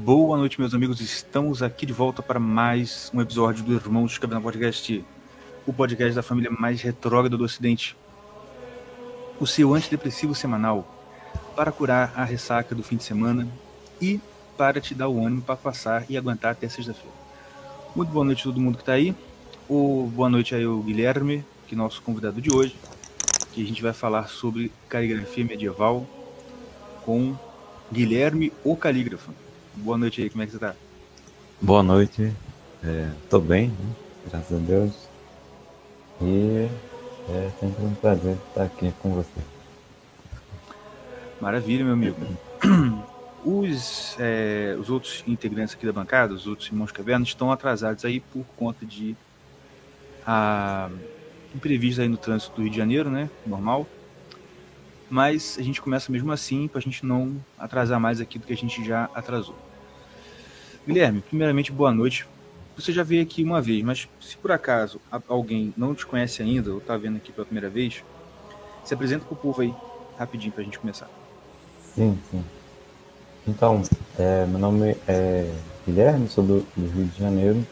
Boa noite, meus amigos. Estamos aqui de volta para mais um episódio do Irmãos Cabana Podcast, o podcast da família mais retrógrada do Ocidente. O seu antidepressivo semanal para curar a ressaca do fim de semana e para te dar o ânimo para passar e aguentar até sexta-feira. Muito boa noite a todo mundo que está aí. Boa noite aí ao Guilherme, que é nosso convidado de hoje, que a gente vai falar sobre caligrafia medieval com Guilherme, o Calígrafo. Boa noite aí, como é que você tá? Boa noite, tô bem, né? Graças a Deus. E é sempre um prazer estar aqui com você. Maravilha, meu amigo. Os outros integrantes aqui da bancada, os outros irmãos cavernas, estão atrasados aí por conta de imprevistos aí no trânsito do Rio de Janeiro, né? Normal. Mas a gente começa mesmo assim para a gente não atrasar mais aqui do que a gente já atrasou. Guilherme, primeiramente, boa noite. Você já veio aqui uma vez, mas se por acaso alguém não te conhece ainda ou está vendo aqui pela primeira vez, se apresenta pro povo aí, rapidinho, para a gente começar. Sim. Então, meu nome é Guilherme, sou do Rio de Janeiro.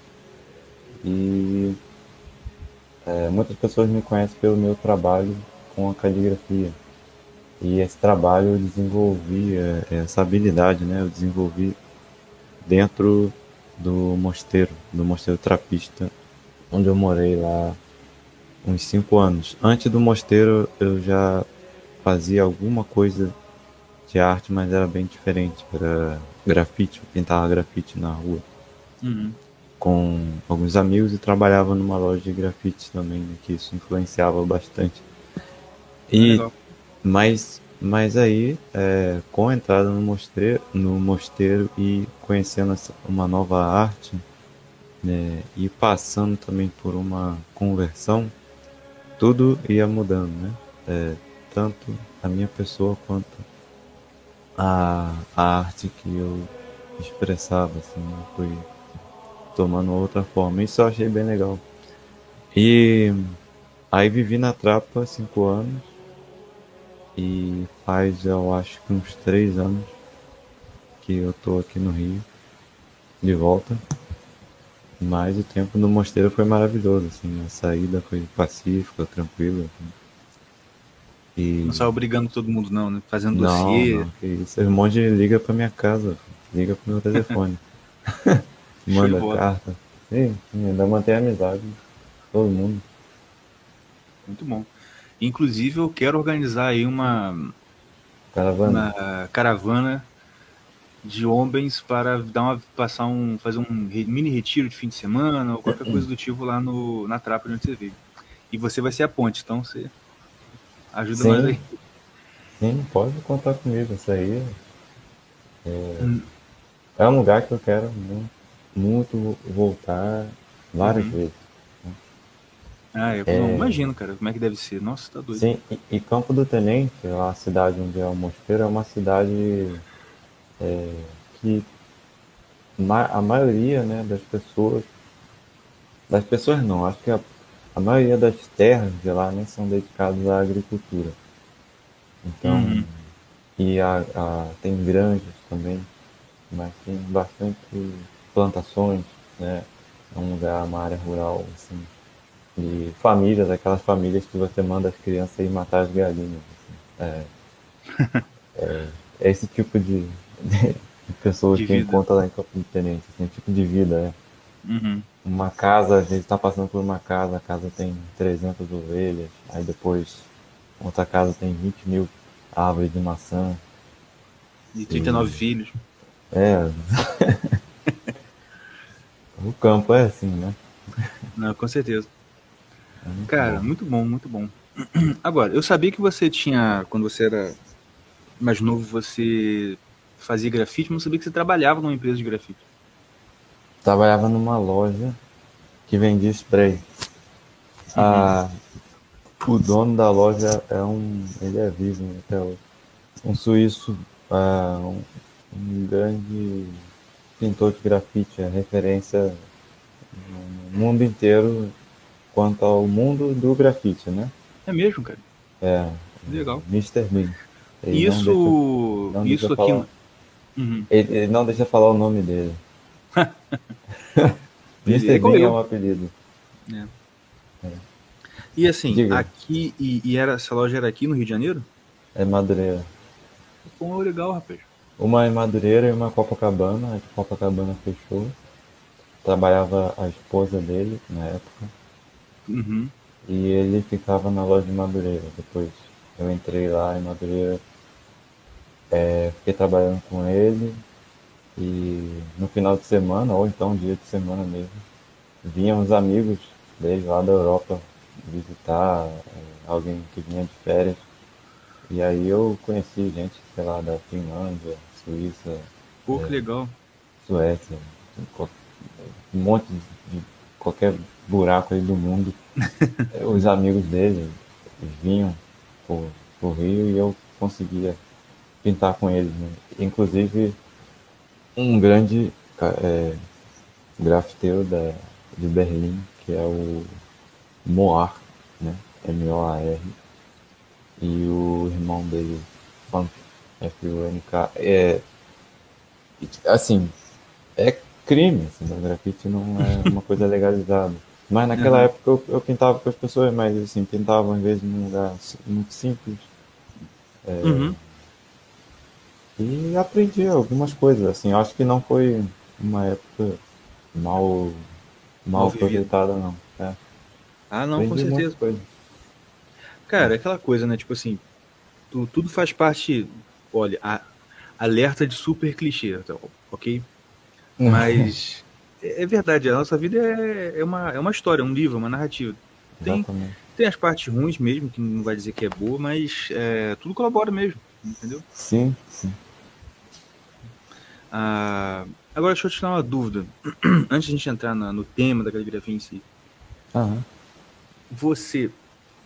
E muitas pessoas me conhecem pelo meu trabalho com a caligrafia. E esse trabalho eu desenvolvi, essa habilidade, né? Eu desenvolvi dentro do Mosteiro Trapista, onde eu morei lá uns 5 anos. Antes do mosteiro eu já fazia alguma coisa de arte, mas era bem diferente. Era grafite, eu pintava grafite na rua. Com alguns amigos e trabalhava numa loja de grafite também, né, que isso influenciava bastante. Legal. Mas aí, com a entrada no mosteiro e conhecendo uma nova arte, né, e passando também por uma conversão, tudo ia mudando, né? Tanto a minha pessoa quanto a arte que eu expressava, assim, né? Foi tomando outra forma. Isso eu achei bem legal. E aí vivi na Trapa 5 anos e faz, eu acho que uns 3 anos que eu tô aqui no Rio, de volta. Mas o tempo no mosteiro foi maravilhoso, assim, a saída foi pacífica, tranquila. Assim. Não E saiu brigando com todo mundo, não, né? Fazendo não, dossiê. que isso. O monte liga pra minha casa, liga pro meu telefone, Show de manda bola. carta. Sim, ainda mantém amizade, todo mundo. Muito bom. Inclusive, eu quero organizar aí uma Caravana. caravana de homens para fazer um mini retiro de fim de semana ou qualquer coisa do tipo lá na Trapa de onde você veio. E você vai ser a ponte, então você ajuda nós Sim, aí. sim, pode contar comigo. Isso aí Hum. é um lugar que eu quero muito, muito voltar várias Uhum. vezes. Eu não imagino, cara, como é que deve ser. Nossa, tá doido. Sim, e Campo do Tenente, a cidade onde é o mosteiro, é uma cidade que a maioria, né, das pessoas não, acho que a maioria das terras de lá nem são dedicadas à agricultura. Então, Uhum. e tem granjas também, mas tem bastante plantações, né? É um lugar, uma área rural, assim, e famílias, aquelas famílias que você manda as crianças ir matar as galinhas. Assim. É esse tipo de pessoa De que vida. encontra lá em Campo do Tenente, assim, tipo de vida, né? Uhum. Uma casa, a gente está passando por uma casa, a casa tem 300 ovelhas, aí depois outra casa tem 20.000 árvores de maçã. E E 39 filhos. é, o campo é assim, né? Não, com certeza. É muito Cara, bom. muito bom, muito bom. Agora, eu sabia que você tinha, quando você era mais novo, você fazia grafite, mas não sabia que você trabalhava numa empresa de grafite. Trabalhava numa loja que vendia spray. Uhum. A, o dono da loja ele é vivo, né, até hoje. Um suíço, um grande pintor de grafite, é referência no mundo inteiro quanto ao mundo do grafite, né? É mesmo, cara. É, Legal. Mr. Bean. Ele E não deixa, isso, não deixa eu isso aqui, falar. Uhum. Ele não deixa falar o nome dele. Beleza. É Mister igual Bean é eu. um apelido. Né? E assim, Diga, aqui, essa loja era aqui no Rio de Janeiro? é Madureira. Pô, legal, rapaz. Uma em Madureira e uma em Copacabana. A de Copacabana fechou. Trabalhava a esposa dele na época. Uhum. E ele ficava na loja de Madureira. Depois eu entrei lá em Madureira, fiquei trabalhando com ele. E no final de semana, ou então dia de semana mesmo, vinham os amigos dele lá da Europa visitar, alguém que vinha de férias. E aí eu conheci gente, sei lá, da Finlândia, Suíça, Pô, que legal. Suécia, um monte de qualquer buraco aí do mundo. Os amigos dele vinham pro, pro Rio e eu conseguia pintar com eles, né? Inclusive um grande grafiteiro de Berlim, que é o Moar, né? Moar. E o irmão dele, Funk, Funk. Assim, é crime, assim, o grafite não é uma coisa legalizada. Mas naquela Aham. época eu pintava com as pessoas, mas assim, pintava às vezes num lugar muito simples. Uhum. E aprendi algumas coisas, assim, eu acho que não foi uma época mal, mal Mal vivido. aproveitada não. É, Ah, não, com aprendi muita certeza. coisa. Cara, é aquela coisa, né? Tipo assim, tudo faz parte. Olha, alerta de super clichê, tá, ok? Mas é verdade, a nossa vida é uma história, um livro, uma narrativa. Tem, Exatamente. tem as partes ruins mesmo, que não vai dizer que é boa, mas tudo colabora mesmo, entendeu? Sim, sim. Ah, agora deixa eu te dar uma dúvida. Antes de a gente entrar no tema da caligrafia em si. Aham. Você,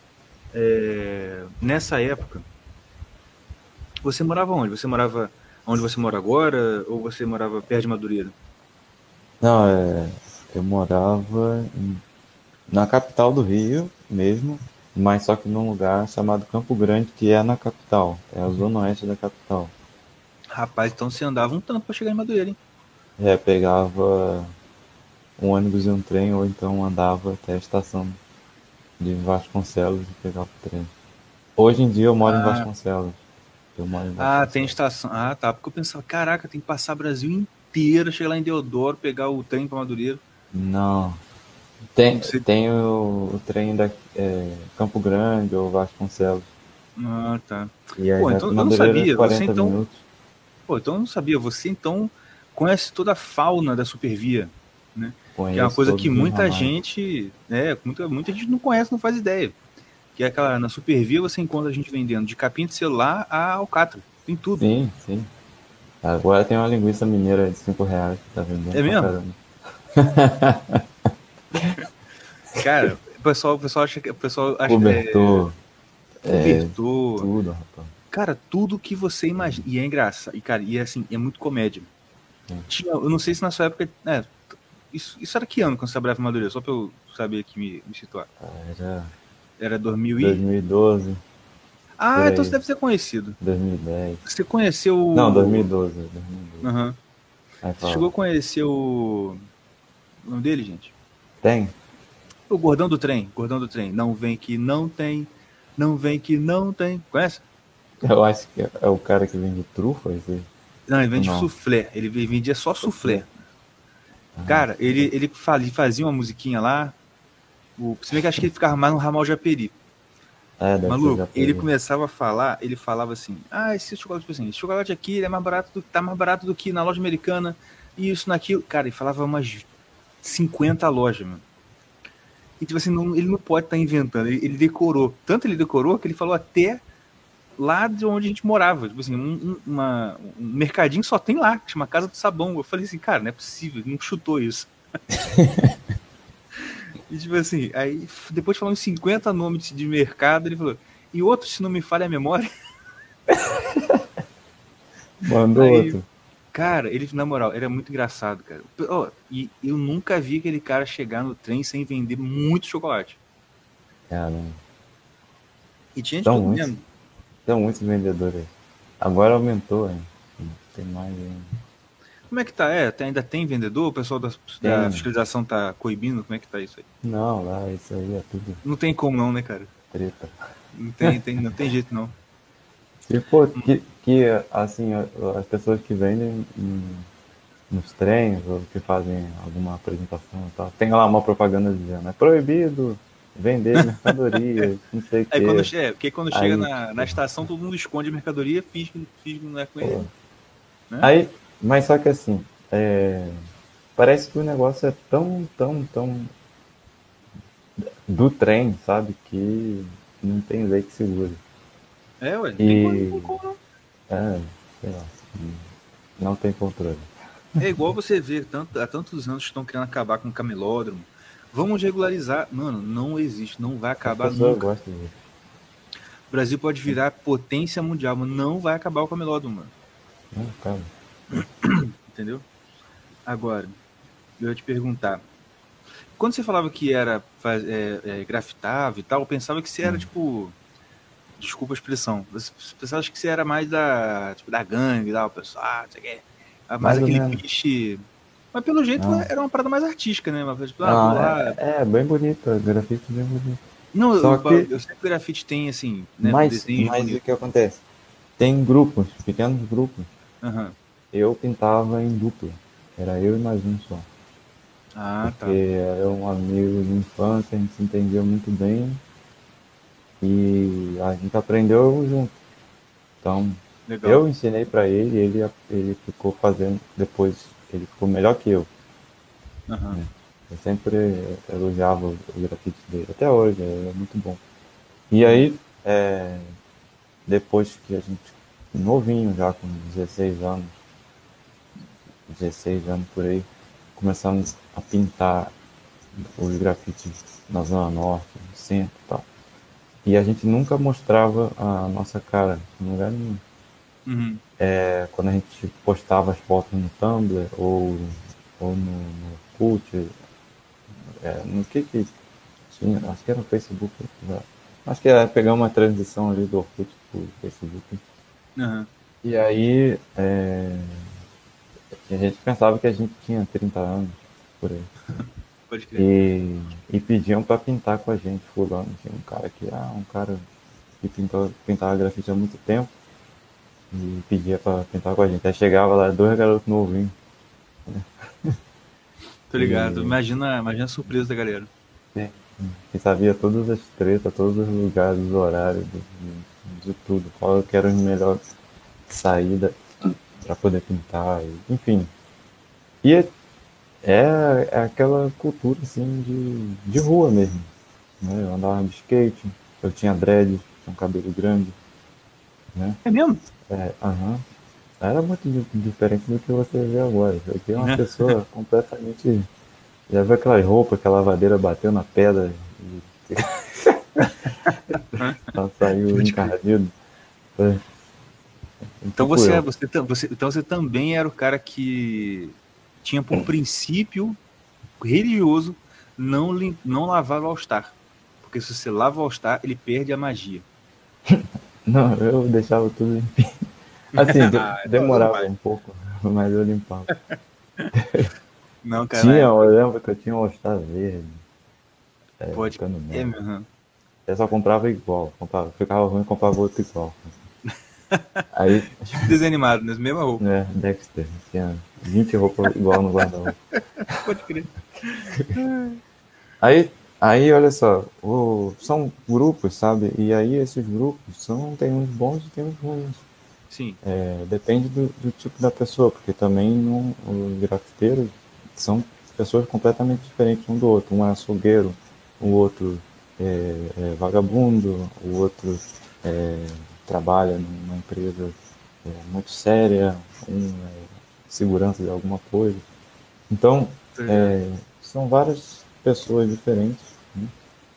nessa época, você morava onde? Você morava onde você mora agora? Ou você morava perto de Madureira? Não, eu morava na capital do Rio mesmo, mas só que num lugar chamado Campo Grande, que é na capital, é a zona oeste da capital. Rapaz, então você andava um tanto pra chegar em Madureira, hein? Pegava um ônibus e um trem, ou então andava até a estação de Vasconcelos e pegava o trem. Hoje em dia eu moro em Ah, Vasconcelos. Eu moro em tem Vasconcelos. estação. Ah, tá. Porque eu pensava, caraca, tem que passar o Brasil inteiro, chegar lá em Deodoro, pegar o trem pra Madureira. Não. Tem, Você... tem o trem da Campo Grande ou Vasconcelos. Ah, tá. E aí Pô, vai então para eu não Madureira sabia. Você 40 então. minutos. Pô, então eu não sabia. Você então conhece toda a fauna da Supervia, né? Que é uma Conheço coisa que todos os muita ramais. gente, muita gente não conhece, não faz ideia. Que é aquela, na Supervia você encontra a gente vendendo de capinha de celular a alcatra. Tem tudo. Sim, sim. Agora tem uma linguiça mineira de R$ 5 que tá vendendo É pra mesmo? caramba. Cara, o pessoal acha que. O pessoal acha, Cobertor, cobertor. tudo, rapaz. Cara, tudo que você imagina. E é engraçado. E, cara, e é assim, é muito comédia. Eu não sei se na sua época. Isso era que ano quando você trabalhava em Madureira? Só pra eu saber aqui me situar. Era Era 2000 e. 2012, por Ah, então você aí. deve ter conhecido. 2010. Você conheceu Não, o. 2012, 2012. Aham. Aí Você fala. chegou a conhecer o nome dele, gente? Tem? O Gordão do Trem. Gordão do Trem. Não vem que não tem. Não vem que não tem. Conhece? Eu acho que é o cara que vende trufa, esse aí. Não, ele Ou vende não? soufflé. Ele vendia só Sofia. soufflé. Ah, Cara, ele fazia uma musiquinha lá. Se bem que acho que ele ficava mais no ramal Japeri. deve ser Maluco, ele Japeri. começava a falar, ele falava assim: ah, esse chocolate, tipo assim, esse chocolate aqui ele é mais barato tá mais barato do que na loja americana, e isso naquilo. Cara, ele falava umas 50 lojas, mano. E tipo assim, ele não pode estar inventando, ele decorou. Tanto ele decorou que ele falou até lá de onde a gente morava. Tipo assim, um mercadinho só tem lá, que chama Casa do Sabão. Eu falei assim, cara, não é possível, ele não chutou isso. E tipo assim, aí depois de falar uns 50 nomes de mercado, ele falou, e outro, se não me falha a memória. Mandou Aí, outro. cara, ele, na moral, era muito engraçado, cara. E eu nunca vi aquele cara chegar no trem sem vender muito chocolate. Caramba. E tinha de São tudo muitos. mesmo. São muitos vendedores aí. Agora aumentou, hein? tem mais ainda. Como é que tá? Ainda tem vendedor? O pessoal da Tem. fiscalização tá coibindo? Como é que tá isso aí? Não, lá, isso aí é tudo Não tem como não, né, cara? treta. Não tem jeito não. E, pô, que assim, as pessoas que vendem nos trens ou que fazem alguma apresentação e tal, tem lá uma propaganda dizendo, é proibido vender mercadoria, não sei o quê. Porque quando chega Aí, na estação, todo mundo esconde a mercadoria, finge que não é com pô, ele, né? aí, mas só que assim, parece que o negócio é tão do trem, sabe, que não tem lei que segure. Ué, não tem como, não E, tem como não. sei lá, não tem controle. É igual você ver, há tantos anos que estão querendo acabar com o camelódromo. Vamos regularizar. Mano, não existe, não vai As acabar pessoas nunca. gostam disso. O Brasil pode virar potência mundial, mas não vai acabar o camelódromo, mano. Não, cara. Entendeu? Agora, eu ia te perguntar. Quando você falava que era grafitava e tal, eu pensava que você era tipo. Desculpa a expressão. Você pensava que você era mais da gangue, o pessoal, não sei o quê. Mais Mais ou aquele menos. piche. Mas pelo jeito Não. era uma parada mais artística, né? Mas, tipo, vou Ah, lá. bem bonito, é grafite bem bonito. Não, Só que, eu sei que o grafite tem, assim, né? mas, Desenhos mas o bonitos. que acontece? Tem grupos, pequenos grupos. Aham. Eu pintava em dupla. Era eu e mais um só. Ah, Porque tá. era um amigo de infância, a gente se entendia muito bem e a gente aprendeu junto. Então, Legal. eu ensinei para ele, ele ficou fazendo, depois ele ficou melhor que eu. Aham. Né? Eu sempre elogiava o grafite dele, até hoje, é muito bom. E Uhum. aí, depois que a gente, novinho já, com 16 anos, 16 anos por aí, começamos a pintar os grafites na Zona Norte, no centro e tal. E a gente nunca mostrava a nossa cara em lugar nenhum. Uhum. Quando a gente postava as fotos no Tumblr ou no Cult, no que tinha, acho que era no Facebook. Já. Acho que era pegar uma transição ali do Orkut pro Facebook. Aham. E aí a gente pensava que a gente tinha 30 anos por aí. Pode crer. E pediam para pintar com a gente, fulano. Tinha um cara que pintava grafite há muito tempo e pedia para pintar com a gente. Aí chegava lá, dois garotos novinhos. Tô ligado. E Imagina a surpresa da galera. sim, que sabia todas as tretas, todos os lugares, os horários, de tudo. Qual que era a melhor saída para poder pintar, enfim. E é aquela cultura assim de rua mesmo. Né? Eu andava de skate, eu tinha dread, tinha um cabelo grande, né? É mesmo? Aham. Era muito diferente do que você vê agora. Eu tinha uma pessoa completamente. Já viu aquelas roupas que a lavadeira bateu na pedra e ela saiu Pode crer. encardido? É, Então tipo eu. então você também era o cara que tinha por princípio religioso não lavar o All-Star. Porque se você lava o All-Star, ele perde a magia. Não, eu deixava tudo limpinho. Assim, Então demorava vai. um pouco, mas eu limpava. Não, cara, na Tinha, eu época. lembro que eu tinha um All-Star verde, Pode. ficando É merda. mesmo. Eu só comprava igual, ficava ruim, comprava outro igual. Aí, Tipo desenho animado, né? Mesma roupa. né, Dexter, tinha 20 roupas igual no guarda-roupa. Pode crer. Aí, olha só, são grupos, sabe? E aí esses grupos tem uns bons e tem uns ruins. Sim. Depende do tipo da pessoa, porque também os grafiteiros são pessoas completamente diferentes um do outro. Um é açougueiro, o outro é vagabundo, o outro trabalha numa empresa muito séria, um é segurança de alguma coisa. Então, Tá ligado. são várias pessoas diferentes, né?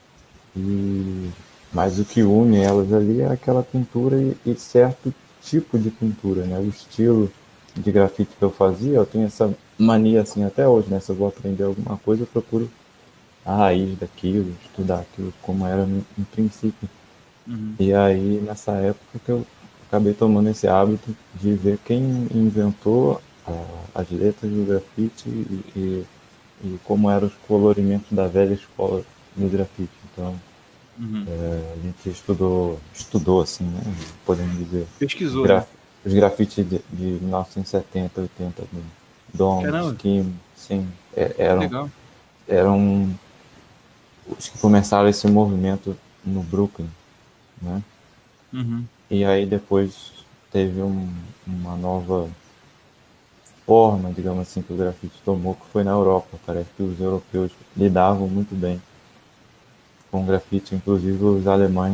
Mas o que une elas ali é aquela pintura e certo tipo de pintura, né? O estilo de grafite que eu fazia, eu tenho essa mania assim até hoje, né? Se eu vou aprender alguma coisa, eu procuro a raiz daquilo, estudar aquilo como era no princípio. Uhum. E aí, nessa época que eu acabei tomando esse hábito de ver quem inventou as letras do grafite e como eram os colorimentos da velha escola do grafite. Então, Uhum. a gente estudou assim, né? Podemos dizer, os, Pesquisou, né? graf, os grafites de 1970, 80, do Dom, Caramba, Skim, sim, que legal. eram os que começaram esse movimento no Brooklyn, né? Uhum. E aí depois teve uma nova forma, digamos assim, que o grafite tomou, que foi na Europa. Parece que os europeus lidavam muito bem com o grafite, inclusive os alemães,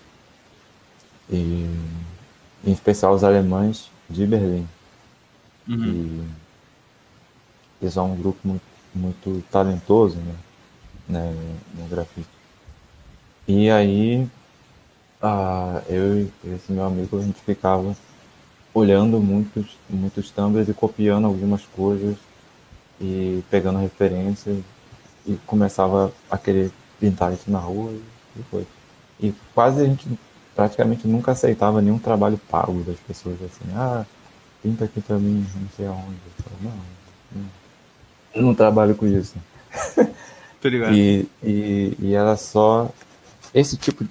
e em especial os alemães de Berlim, Uhum. que eles são um grupo muito talentoso, no grafite. E aí, eu e esse meu amigo, a gente ficava olhando muitos tumblers e copiando algumas coisas e pegando referências e começava a querer pintar isso na rua e foi. E quase a gente praticamente nunca aceitava nenhum trabalho pago das pessoas assim, pinta aqui pra mim, não sei aonde. Eu falava, não, eu não trabalho com isso. Tô ligado. E era só esse tipo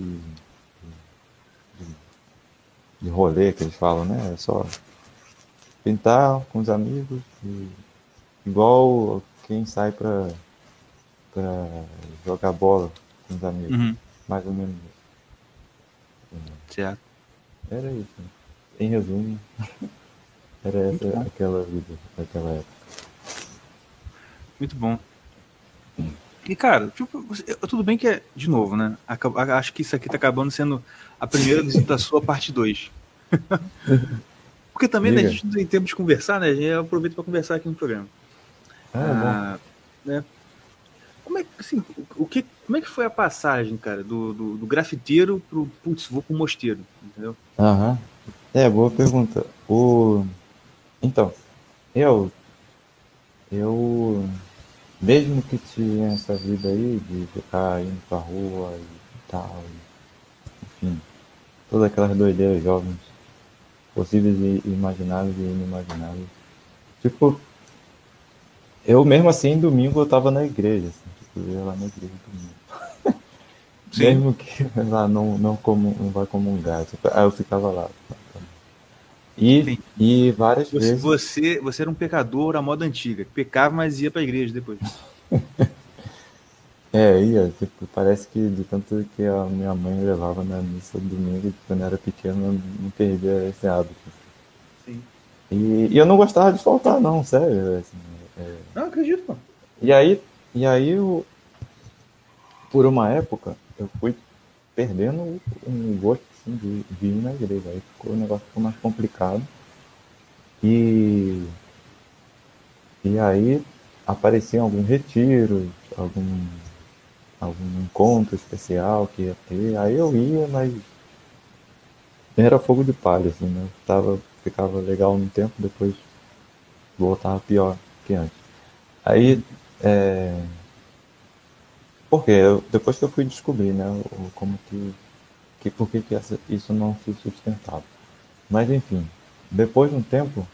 de rolê que eles falam, né? É só pintar com os amigos, igual quem sai pra jogar bola com os amigos. Uhum. Mais ou menos. Certo. Era isso. Em resumo, era Muito essa bom. aquela vida, aquela época. Muito bom. E, cara, tipo, tudo bem que é, de novo, né? Acho que isso aqui tá acabando sendo a primeira da sua parte 2. Porque também, né, a Diga. gente não tem tempo de conversar, né? A gente aproveita para conversar aqui no programa. É bom. Ah, né? Como é que, assim, como é que foi a passagem, cara, do grafiteiro pro, putz, vou pro mosteiro, entendeu? Aham. É, boa pergunta. Então, eu, eu, mesmo que tinha essa vida aí de ficar indo pra rua e tal, enfim, todas aquelas doideiras jovens, possíveis e imagináveis e inimagináveis. Tipo, eu mesmo assim, domingo eu tava na igreja, assim, tipo, eu ia lá na igreja domingo. Sim. Mesmo que lá não vai comungar, tipo, aí eu ficava lá. Sim. E várias Você, vezes, você, você era um pecador à moda antiga. Pecava, mas ia pra igreja depois. ia, tipo, parece que de tanto que a minha mãe levava na missa domingo, quando eu era pequeno, eu não perdia esse hábito. Sim. E eu não gostava de faltar, não, sério. Assim, Não, acredito, pô. e aí, por uma época, eu fui perdendo um gosto assim, de ir na igreja. Aí o negócio ficou mais complicado. E, e aí apareciam alguns retiros, algum encontro especial que ia ter. Aí eu ia, mas era fogo de palha, assim, né? Ficava legal no tempo, depois voltava pior que antes. Aí, Uhum. porque depois que eu fui descobrir, né, como por que isso não se sustentava. Mas enfim, depois de um tempo,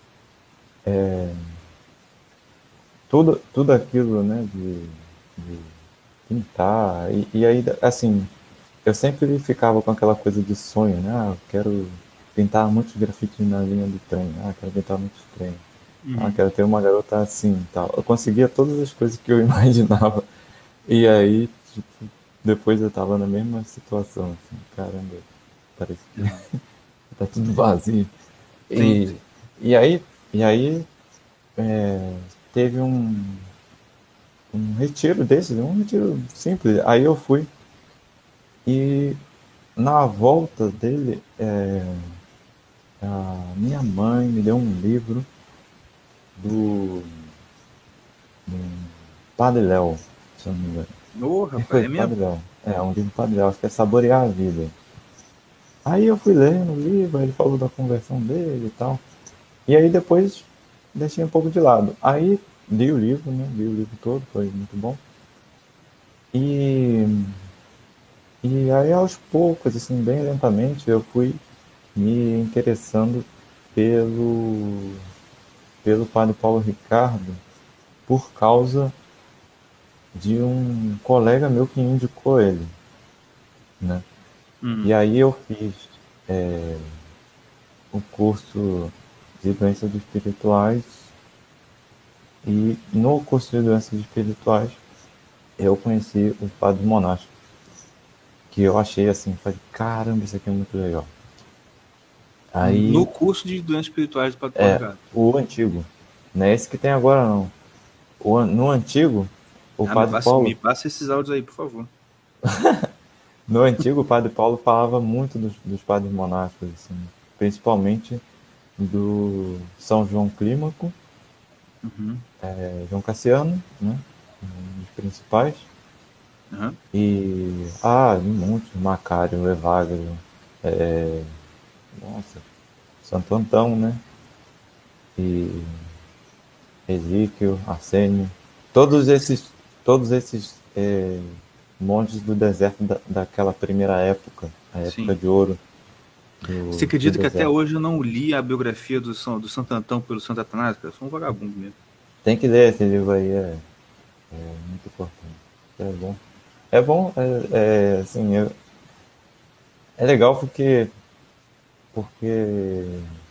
tudo aquilo, né, de pintar, e aí, assim, eu sempre ficava com aquela coisa de sonho, né, eu quero pintar muitos grafites na linha do trem, quero pintar muitos trens, Uhum. quero ter uma garota assim, tal. Eu conseguia todas as coisas que eu imaginava, e aí, tipo, depois eu tava na mesma situação, assim, caramba, parece que Uhum. tá tudo vazio. Sim, E, sim. e aí, e aí teve um retiro desses, um retiro simples. Aí eu fui e na volta dele, a minha mãe me deu um livro do Padre Léo, se eu não me engano. Ô, E rapaz, foi é mesmo? Padre Léo. É, um livro do Padre Léo, acho que é Saborear a Vida. Aí eu fui lendo o livro, ele falou da conversão dele e tal. E aí depois deixei um pouco de lado. Aí li o livro, né? Li o livro todo, foi muito bom. E, e aí aos poucos, assim, bem lentamente, eu fui me interessando pelo, pelo padre Paulo Ricardo por causa de um colega meu que indicou ele, né? E Hum. aí eu fiz é, o curso de doenças espirituais e no curso de doenças espirituais eu conheci o padre monástico, que eu achei assim, falei, caramba, isso aqui é muito legal. No Aí curso de doenças espirituais do Padre Paulo Ricardo. o antigo, não é esse que tem agora não. No antigo, o Ah, padre me Paulo, passa esses áudios aí, por favor. no antigo o padre Paulo falava muito dos padres monásticos, assim, principalmente do São João Clímaco, Uhum. João Cassiano, né, um dos principais, Uhum. e um monte, Macário, Evagrio, nossa, Santo Antão, né, e Ezequiel, Arsênio, todos esses montes do deserto daquela primeira época, a época Sim. de ouro Você do acredita que até deserto. hoje eu não li a biografia do Santo Antão pelo Santo Atanásio? Cara? Eu sou um vagabundo mesmo. Tem que ler esse livro aí, é muito importante. É bom. É bom, assim, é legal porque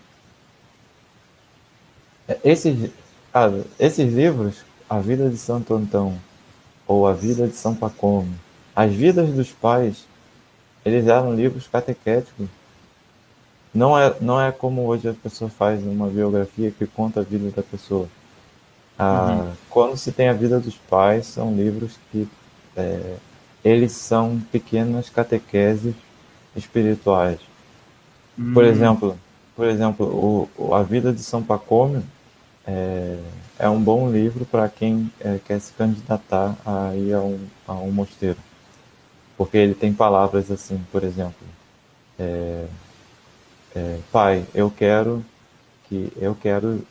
esses, esses livros, A Vida de Santo Antão ou A Vida de São Pacômio, As Vidas dos Pais, eles eram livros catequéticos. Não é como hoje a pessoa faz uma biografia que conta a vida da pessoa. Uhum. Quando se tem a vida dos pais, são livros que eles são pequenas catequeses espirituais. Por Hum. exemplo, A Vida de São Pacômio é um bom livro para quem quer se candidatar a ir a um mosteiro. Porque ele tem palavras assim, por exemplo, pai, eu quero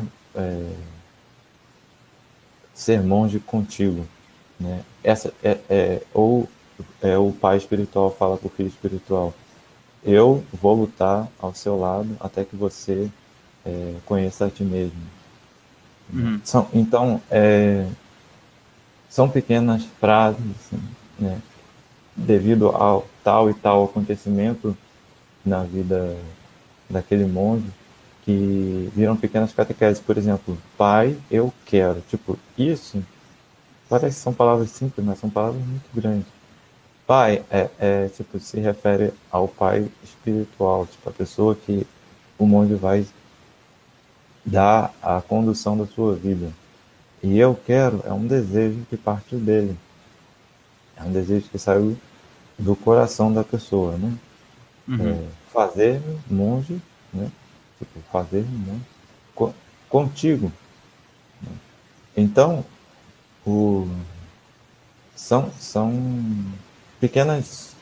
ser monge contigo, né? Essa ou o pai espiritual fala para o filho espiritual, eu vou lutar ao seu lado até que você conheça a ti mesmo. Uhum. Então, são pequenas frases, assim, né? Devido ao tal e tal acontecimento na vida daquele monge, que viram pequenas catequeses. Por exemplo, pai, eu quero. Tipo, isso parece que são palavras simples, mas são palavras muito grandes. Pai tipo, se refere ao pai espiritual, tipo, a pessoa que o monge vai dar a condução da sua vida. E eu quero é um desejo que partiu dele. É um desejo que saiu do coração da pessoa, né? Uhum. Fazer-me monge, né? Tipo, fazer-me monge contigo. Então, o, são pequenas.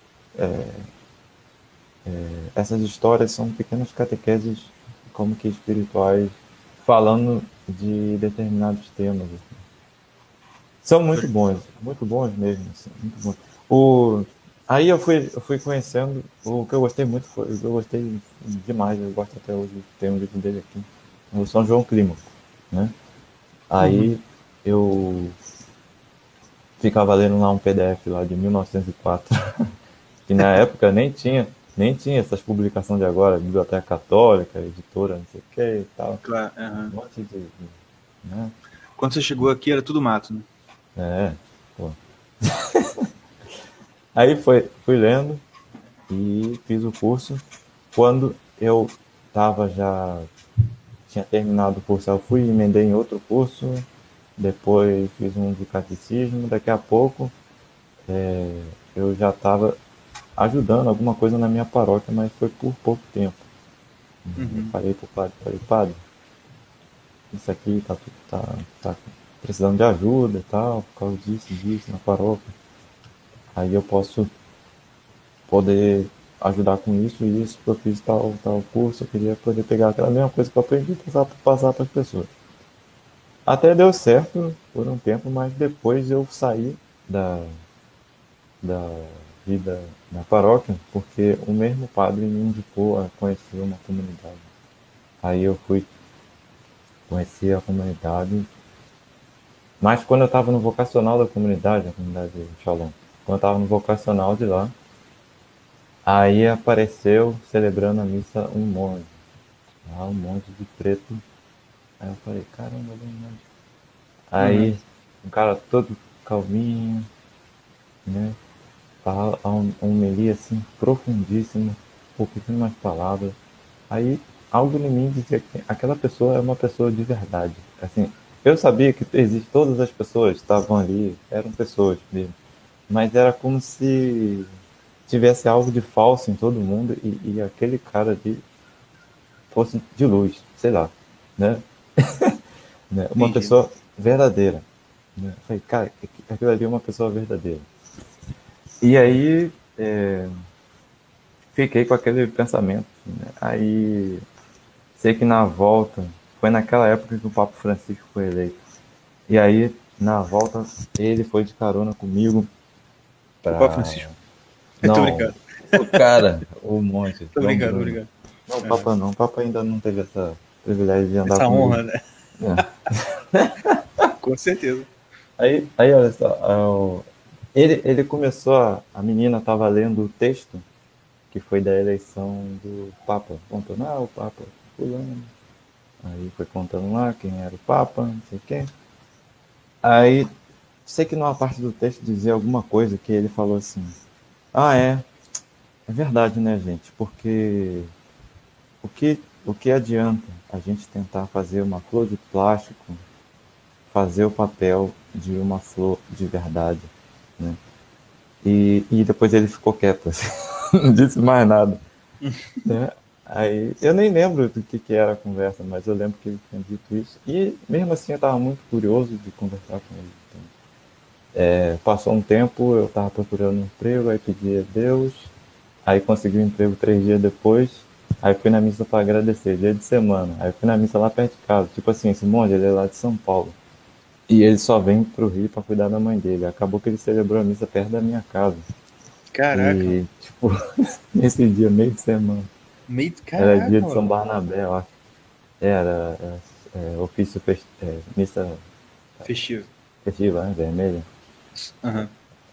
Essas histórias são pequenas catequeses, como que espirituais, falando de determinados temas. Assim. São muito bons mesmo. Assim, muito bons. Aí eu fui conhecendo, o que eu gostei muito foi, eu gostei demais, eu gosto até hoje, tem um livro dele aqui, o São João Clímaco, né? Uhum. Aí eu ficava lendo lá um PDF lá de 1904, que na época nem tinha essas publicações de agora, Biblioteca Católica, editora, não sei o que e tal. Claro. Um Uhum. monte né? Quando você chegou aqui era tudo mato, né? É, pô. Fui lendo e fiz o curso. Quando eu tava já tinha terminado o curso, eu fui e emendei em outro curso, depois fiz um de catecismo, daqui a pouco eu já estava ajudando alguma coisa na minha paróquia, mas foi por pouco tempo. Eu Uhum. falei pro padre, padre, isso aqui tá precisando de ajuda e tal, por causa disso, na paróquia. Aí eu posso poder ajudar com isso e isso, porque eu fiz tal curso, eu queria poder pegar aquela mesma coisa que eu aprendi e passar para as pessoas. Até deu certo por um tempo, mas depois eu saí da, da paróquia, porque o mesmo padre me indicou a conhecer uma comunidade. Aí eu fui conhecer a comunidade, mas quando eu estava no vocacional da comunidade, a comunidade de Shalom, quando eu estava no vocacional de lá, aí apareceu celebrando a missa um monge, lá um monge de preto. Aí eu falei, caramba, ali um monge. Uhum. Aí um cara todo calminho, né? Fala a homilia assim profundíssima, pouquíssimas palavras. Aí algo em mim dizia que aquela pessoa é uma pessoa de verdade. Assim, eu sabia que existe, todas as pessoas estavam ali, eram pessoas mesmo, mas era como se tivesse algo de falso em todo mundo e aquele cara ali fosse de luz, sei lá, né? Né? Uma Entendi. pessoa verdadeira. Né? Eu falei, cara, aquilo ali é uma pessoa verdadeira. E aí fiquei com aquele pensamento. Né? Aí sei que na volta, foi naquela época que o Papa Francisco foi eleito. E aí, na volta, ele foi de carona comigo O Papa pra. Francisco. Tô Não, brincando. o cara, o monte, Tô Dom brincando, tô Bruno. brincando. Não, o Uhum. Papa não. O Papa ainda não teve essa privilégio de andar Essa comigo. honra, né? É. Com certeza. Aí olha só, ele começou, a menina estava lendo o texto que foi da eleição do Papa. Contando, o Papa fulano. Aí foi contando lá quem era o Papa, não sei quem. Aí, sei que numa parte do texto dizia alguma coisa que ele falou assim: Ah, é verdade, né, gente? Porque o que adianta a gente tentar fazer uma flor de plástico, fazer o papel de uma flor de verdade, né? E depois ele ficou quieto, assim, não disse mais nada, né? Aí eu nem lembro do que era a conversa, mas eu lembro que ele tinha dito isso. E mesmo assim eu estava muito curioso de conversar com ele. Então, passou um tempo, eu estava procurando um emprego, aí pedi a Deus, aí consegui um emprego 3 dias depois, aí fui na missa para agradecer, dia de semana, aí fui na missa lá perto de casa, tipo assim, esse monge, ele é lá de São Paulo, e ele só vem pro Rio para cuidar da mãe dele, acabou que ele celebrou a missa perto da minha casa, Caraca. e tipo, nesse dia, meio de semana, Meio. era dia Caraca, de São mano. Barnabé, eu acho, ofício, missa Festivo. festiva, né, vermelha, Aham.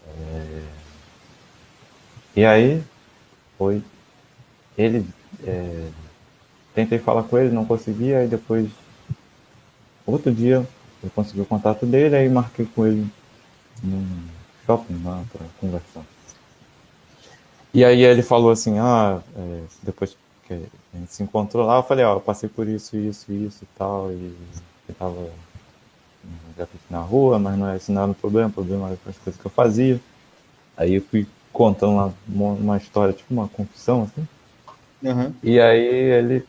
e aí foi, ele tentei falar com ele, não consegui, aí depois, outro dia, eu consegui o contato dele, aí marquei com ele num shopping lá pra conversar. E aí ele falou assim, depois que a gente se encontrou lá, eu falei, eu passei por isso, isso, isso e tal, e eu tava na rua, mas não era isso nada um problema, o problema era as coisas que eu fazia. Aí eu fui contando lá uma história, tipo uma confissão, assim. Aham. E aí ele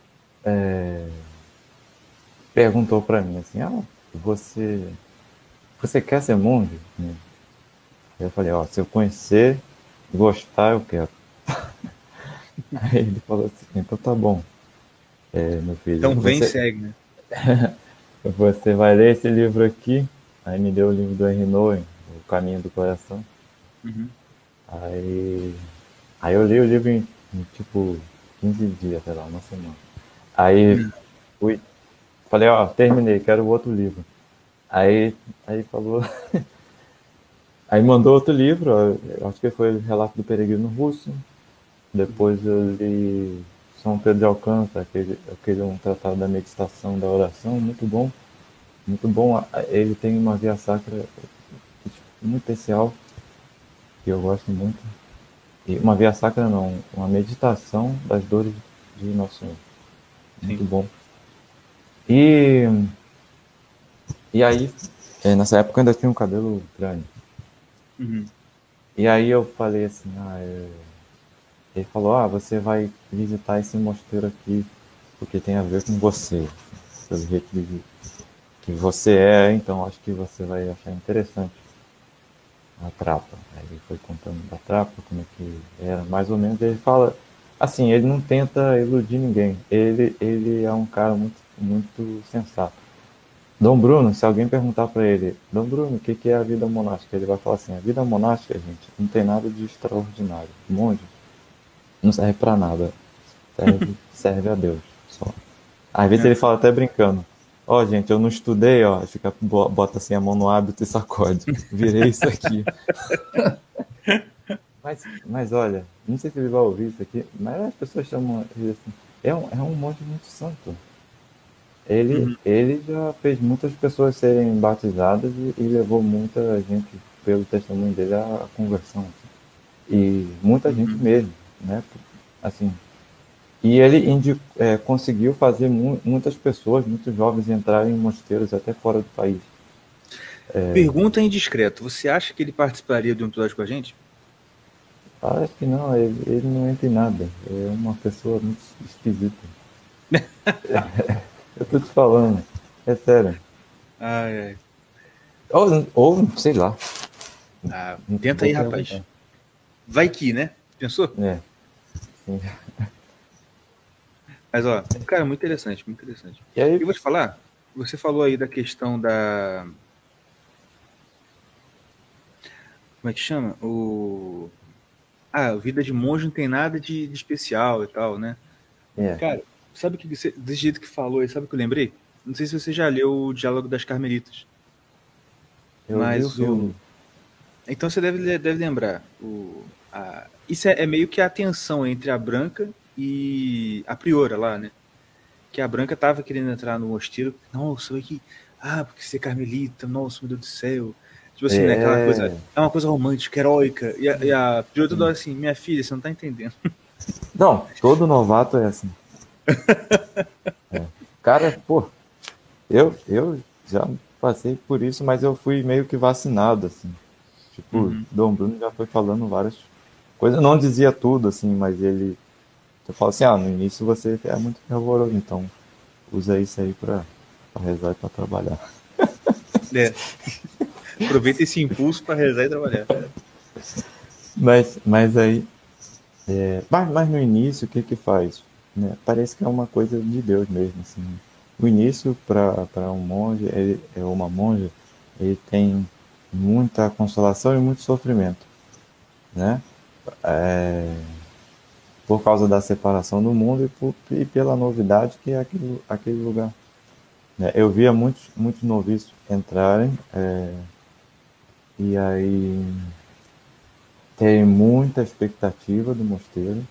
perguntou pra mim assim, você, você quer ser monge? Né? Aí eu falei, se eu conhecer, gostar, eu quero. Aí ele falou assim, então tá bom, meu filho, Então vem e segue, né? você vai ler esse livro aqui. Aí me deu o livro do Henry Nouwen, O Caminho do Coração. Uhum. Aí, aí eu li o livro em tipo 15 dias, sei lá, uma semana. Aí Uhum. fui, falei, terminei, quero o outro livro. Aí, aí falou, aí mandou outro livro, acho que foi o Relato do Peregrino Russo. Uhum. Depois eu li São Pedro de Alcântara, aquele um tratado da meditação, da oração, muito bom. Muito bom. Ele tem uma via sacra muito especial, que eu gosto muito. E uma via sacra não, uma meditação das dores de Nosso Senhor. Muito Sim. bom. E, e aí, nessa época eu ainda tinha um cabelo grande. Uhum. E aí eu falei assim, ele falou, você vai visitar esse mosteiro aqui, porque tem a ver com você. Pelo jeito que você então acho que você vai achar interessante a trapa. Aí ele foi contando da trapa, como é que era, mais ou menos. Ele fala, assim, ele não tenta iludir ninguém. Ele é um cara muito, muito sensato. Dom Bruno, se alguém perguntar para ele, Dom Bruno, o que que é a vida monástica? Ele vai falar assim, a vida monástica, gente, não tem nada de extraordinário. Monge não serve para nada. Serve a Deus, só. Às vezes ele É. fala até brincando. Ó, gente, eu não estudei, ó. Fica, bota assim a mão no hábito e sacode. Virei isso aqui. Mas olha, não sei se ele vai ouvir isso aqui, mas as pessoas chamam ele assim. É um monge muito santo. Ele, Uhum, ele já fez muitas pessoas serem batizadas e levou muita gente, pelo testemunho dele, à conversão. Assim. E muita gente uhum. mesmo, né? Assim, e ele conseguiu fazer muitas pessoas, muitos jovens entrarem em mosteiros até fora do país. Pergunta indiscreta. Você acha que ele participaria de um episódio com a gente? Parece que não, ele não entra em nada. É uma pessoa muito esquisita. Eu tô te falando, é sério. Ai, ai. Ou sei lá, Ah, não tenta vou aí, rapaz. perguntar. Vai que, né? Pensou? É, sim. Mas, ó, cara, muito interessante, muito interessante. E aí, E eu vou te falar, você falou aí da questão da. Como é que chama? A vida de monge não tem nada de especial e tal, né? é, Cara, sabe o que você, desse jeito que falou aí, sabe o que eu lembrei? Não sei se você já leu o Diálogo das Carmelitas, eu vi o mas o. filme. Então você deve lembrar. Isso é meio que a tensão entre a Branca e a Priora lá, né? Que a Branca tava querendo entrar no mosteiro. Nossa, que. Ah, porque ser carmelita, nossa, meu Deus do céu. Tipo assim, né? Aquela coisa. É, É uma coisa romântica, heróica. E a Priora toda hora assim, minha filha, você não tá entendendo. não, todo novato é assim. Cara, pô, eu já passei por isso, mas eu fui meio que vacinado, assim. Tipo, Uhum. Dom Bruno já foi falando várias coisas. Não dizia tudo, assim, mas ele. Eu falo assim, no início você é muito fervoroso, então usa isso aí pra rezar e pra trabalhar. É. Aproveita esse impulso para rezar e trabalhar. Mas aí. Mas no início, o que que faz? Né? Parece que é uma coisa de Deus mesmo, assim. O início para um monge, é uma monja, ele tem muita consolação e muito sofrimento, né? É, por causa da separação do mundo e pela novidade que é aquele lugar. Né? Eu via muitos noviços entrarem e aí terem muita expectativa do mosteiro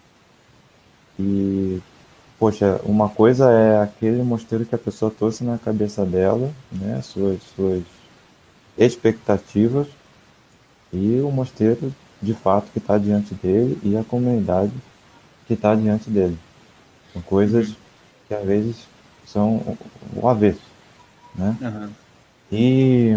e, poxa, uma coisa é aquele mosteiro que a pessoa trouxe na cabeça dela, né, suas expectativas, e o mosteiro de fato que está diante dele e a comunidade que está diante dele. São Uhum. coisas que às vezes são o avesso, né? Aham. E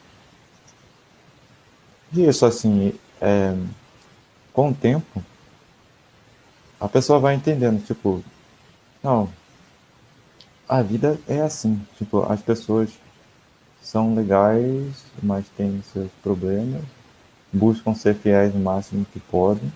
isso assim, com o tempo, a pessoa vai entendendo, tipo, não, a vida é assim, tipo, as pessoas são legais, mas têm seus problemas, buscam ser fiéis o máximo que podem,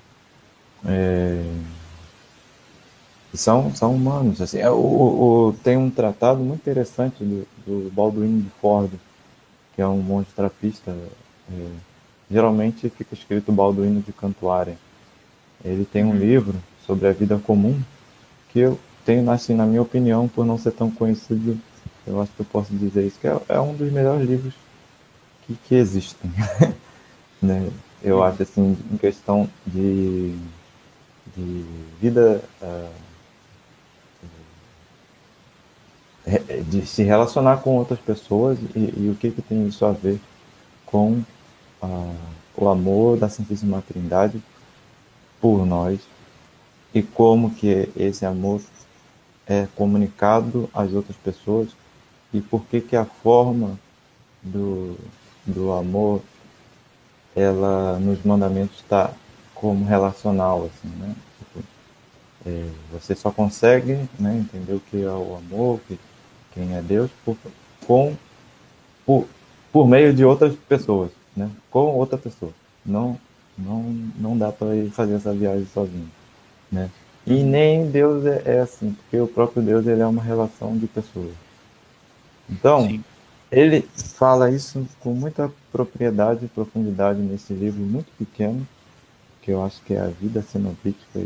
e são humanos. Assim. Tem um tratado muito interessante do Balduino de Ford, que é um monge trapista. Geralmente fica escrito Balduino de Cantuária. Ele tem um Uhum. livro sobre a vida comum que eu tenho, assim, na minha opinião, por não ser tão conhecido, eu acho que eu posso dizer isso, que é um dos melhores livros que existem. Né? Eu Uhum. acho assim, em questão de vida, de se relacionar com outras pessoas e o que tem isso a ver com o amor da Santíssima Trindade por nós e como que esse amor é comunicado às outras pessoas e por que a forma do, do amor ela nos mandamentos está como relacional assim, né? Tipo, você só consegue, né, entender o que é o amor, quem é Deus, com, por, por meio de outras pessoas, né? Com outra pessoa. Não, não, não dá para ir fazer essa viagem sozinho, né? E Uhum. nem Deus é assim, porque o próprio Deus ele é uma relação de pessoas. Então, Sim. ele fala isso com muita propriedade e profundidade nesse livro muito pequeno, que eu acho que é A Vida Cenobítica.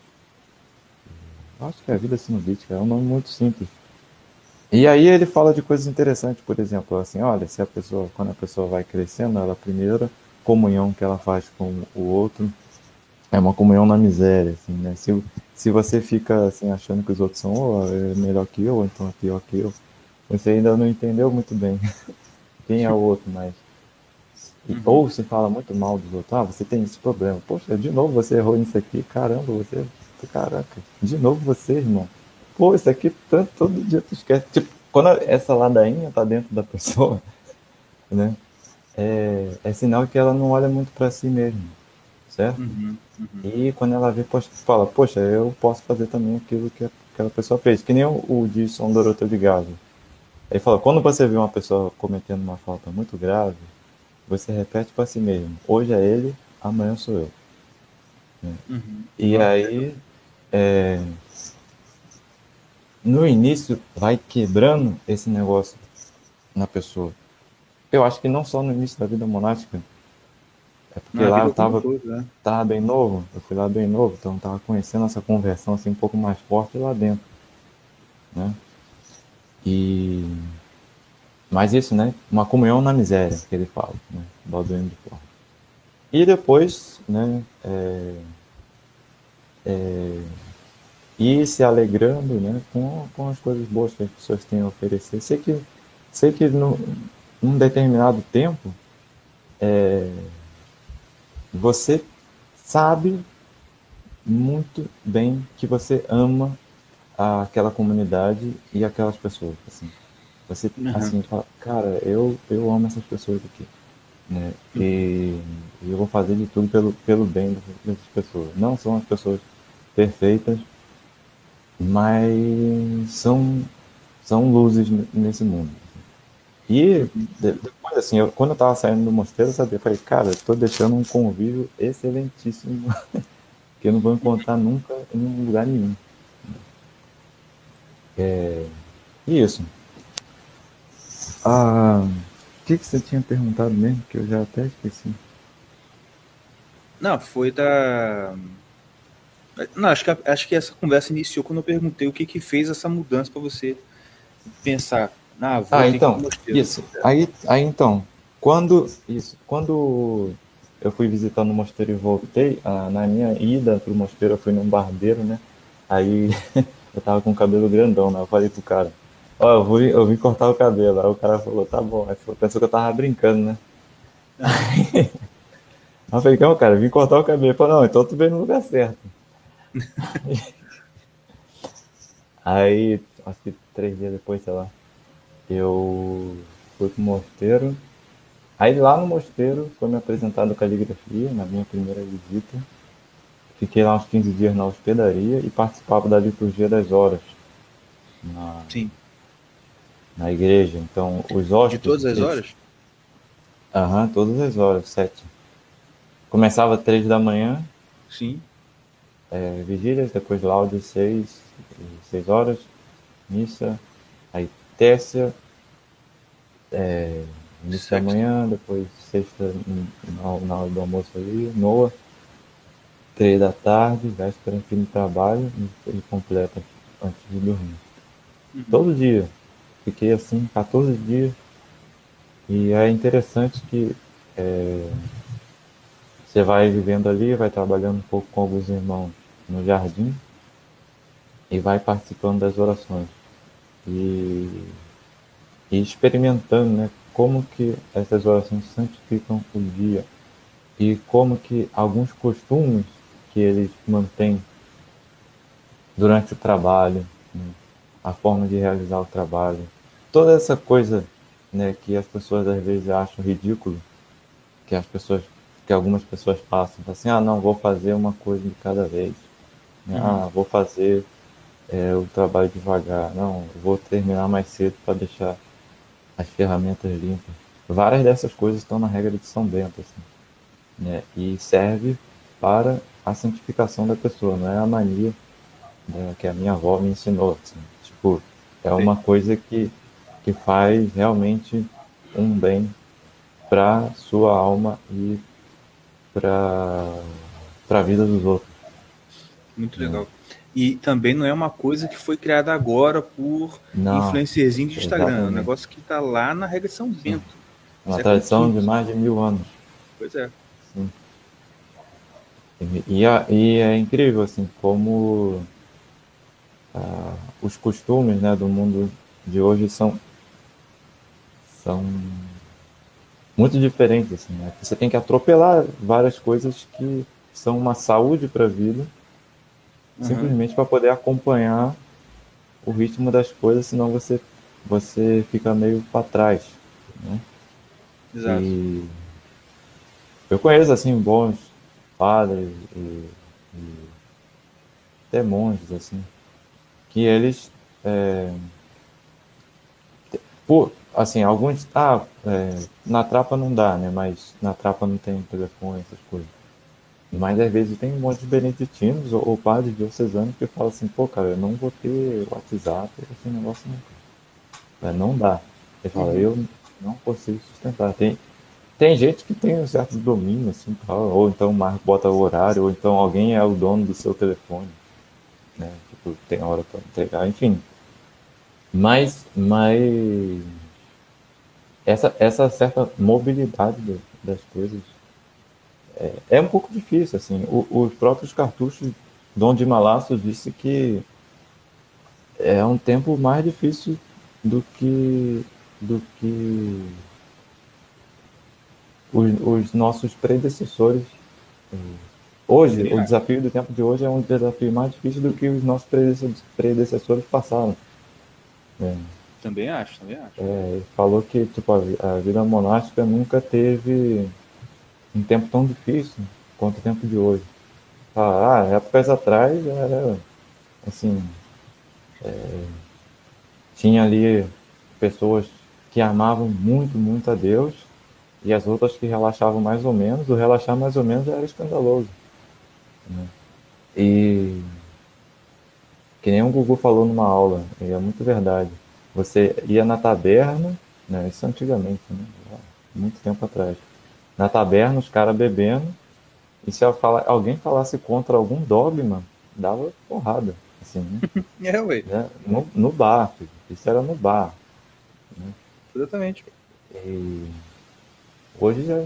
Eu acho que é A Vida Cenobítica, é um nome muito simples. E aí ele fala de coisas interessantes, por exemplo, assim, olha, se a pessoa, quando a pessoa vai crescendo, ela a primeira comunhão que ela faz com o outro é uma comunhão na miséria, assim, né? Se você fica assim achando que os outros são é melhor que eu, ou então é pior que eu, você ainda não entendeu muito bem quem é o outro, mas Uhum. ou se fala muito mal dos outros, ah, você tem esse problema, poxa, de novo você errou nisso aqui, caramba, caraca, de novo você, irmão, pô, isso aqui tanto todo dia tu esquece, tipo, quando essa ladainha tá dentro da pessoa, né, é sinal que ela não olha muito para si mesma, certo? Uhum. Uhum. E quando ela vê, poxa, fala, poxa, eu posso fazer também aquilo que aquela pessoa fez, que nem o Dilson Dorotheu de Gaza. Ele fala, quando você vê uma pessoa cometendo uma falta muito grave, você repete para si mesmo, hoje é ele, amanhã sou eu. Uhum. E Ó, aí, no início, vai quebrando esse negócio na pessoa. Eu acho que não só no início da vida monástica, é porque na lá eu vida como um tava, todo, né? tava bem novo, eu fui lá bem novo, então tava conhecendo essa conversão assim um pouco mais forte lá dentro, né? E mas isso, né? Uma comunhão na miséria, que ele fala, né? Balduino de Fora. E depois, né? Ir se alegrando, né? Com as coisas boas que as pessoas têm a oferecer. Sei que num determinado tempo, você sabe muito bem que você ama aquela comunidade e aquelas pessoas, assim. Você, Uhum. assim, fala, cara, eu amo essas pessoas aqui, né? Uhum. E eu vou fazer de tudo pelo bem dessas pessoas. Não são as pessoas perfeitas, mas são luzes nesse mundo. E Uhum. depois, assim, quando eu tava saindo do mosteiro, eu sabia, falei, cara, eu tô deixando um convívio excelentíssimo que eu não vou encontrar nunca em lugar nenhum. E isso. Ah, o que você tinha perguntado mesmo, que eu já até esqueci. Não, foi da. Não, acho que essa conversa iniciou quando eu perguntei o que que fez essa mudança para você pensar, ah, vou Ah, ter que ir pro então, mosteiro. isso. Aí então, quando eu fui visitar no mosteiro e voltei, na minha ida pro mosteiro eu fui num barbeiro, né? Aí eu tava com o cabelo grandão, né? Eu falei pro cara, ó, eu vim cortar o cabelo. Aí o cara falou, tá bom. Aí pensou que eu tava brincando, né? Aham. Aí eu falei, calma, cara, eu vim cortar o cabelo. Ele falou, não, então tu veio no lugar certo. Aí, acho que 3 dias depois, sei lá, eu fui pro mosteiro. Aí lá no mosteiro foi me apresentado caligrafia na minha primeira visita. Fiquei lá uns 15 dias na hospedaria e participava da liturgia das horas na, Sim. na igreja. Então os De todas hóspedes, as eles. horas? Aham, todas as horas, 7. Começava 3 da manhã, Sim. vigílias, depois laudes 6 horas, missa, aí terça, início da Sexta. manhã, depois sexta na hora do almoço ali, noa, 3 da tarde, véspera, fim de trabalho e completa antes de dormir. Uhum. Todo dia. Fiquei assim 14 dias e é interessante que você vai vivendo ali, vai trabalhando um pouco com alguns irmãos no jardim e vai participando das orações e, e experimentando, né, como que essas orações santificam o dia e como que alguns costumes que eles mantêm durante o trabalho, né, a forma de realizar o trabalho, toda essa coisa, né, que as pessoas às vezes acham ridículo, que as pessoas, que algumas pessoas passam, assim, ah, não, vou fazer uma coisa de cada vez, né? Uhum. Ah, vou fazer o trabalho devagar, não, vou terminar mais cedo para deixar as ferramentas limpas. Várias dessas coisas estão na regra de São Bento, assim, né? E serve para a santificação da pessoa, não é a mania, né, que a minha avó me ensinou, assim. Tipo, é Sim. uma coisa que que faz realmente um bem para sua alma e para a vida dos outros. Muito Né? legal. E também não é uma coisa que foi criada agora por Não, influencerzinho de Instagram. É um exatamente. negócio que está lá na regra de São Sim. Bento, Uma século tradição V. de mais de 1000 anos. Pois é. Sim. E é incrível assim como os costumes, né, do mundo de hoje são muito diferentes assim, né? Você tem que atropelar várias coisas que são uma saúde para a vida, Uhum. simplesmente para poder acompanhar o ritmo das coisas, senão você fica meio para trás, né? Exato. E eu conheço assim bons padres e até monges assim, que eles assim, alguns. Na trapa não dá, né? Mas na trapa não tem telefone, essas coisas. Mas às vezes tem um monte de beneditinos ou padres diocesanos que falam assim, pô, cara, eu não vou ter WhatsApp, esse negócio não dá. Ele fala, Uhum. eu não consigo sustentar. Tem gente que tem um certo domínio, assim, tal, ou então mais bota o horário, ou então alguém é o dono do seu telefone, né? Tipo, tem hora para entregar, enfim. Mas essa certa mobilidade das coisas é um pouco difícil, assim. Os próprios cartuchos, Dom de Malasso disse que é um tempo mais difícil do que os nossos predecessores. Hoje, Também o acho. desafio do tempo de hoje é um desafio mais difícil do que os nossos predecessores passaram. Né? Também acho, também acho. Ele falou que tipo, a vida monástica nunca teve um tempo tão difícil quanto o tempo de hoje. Épocas atrás era assim, tinha ali pessoas que amavam muito, muito a Deus e as outras que relaxavam mais ou menos. O relaxar mais ou menos era escandaloso. Né? E que nem o Gugu falou numa aula, e é muito verdade. Você ia na taberna, né, isso antigamente, né, muito tempo atrás. Na taberna, os caras bebendo, e se alguém falasse contra algum dogma, dava porrada, assim, É, ué. né? No bar, filho. Isso era no bar. Exatamente. E hoje já é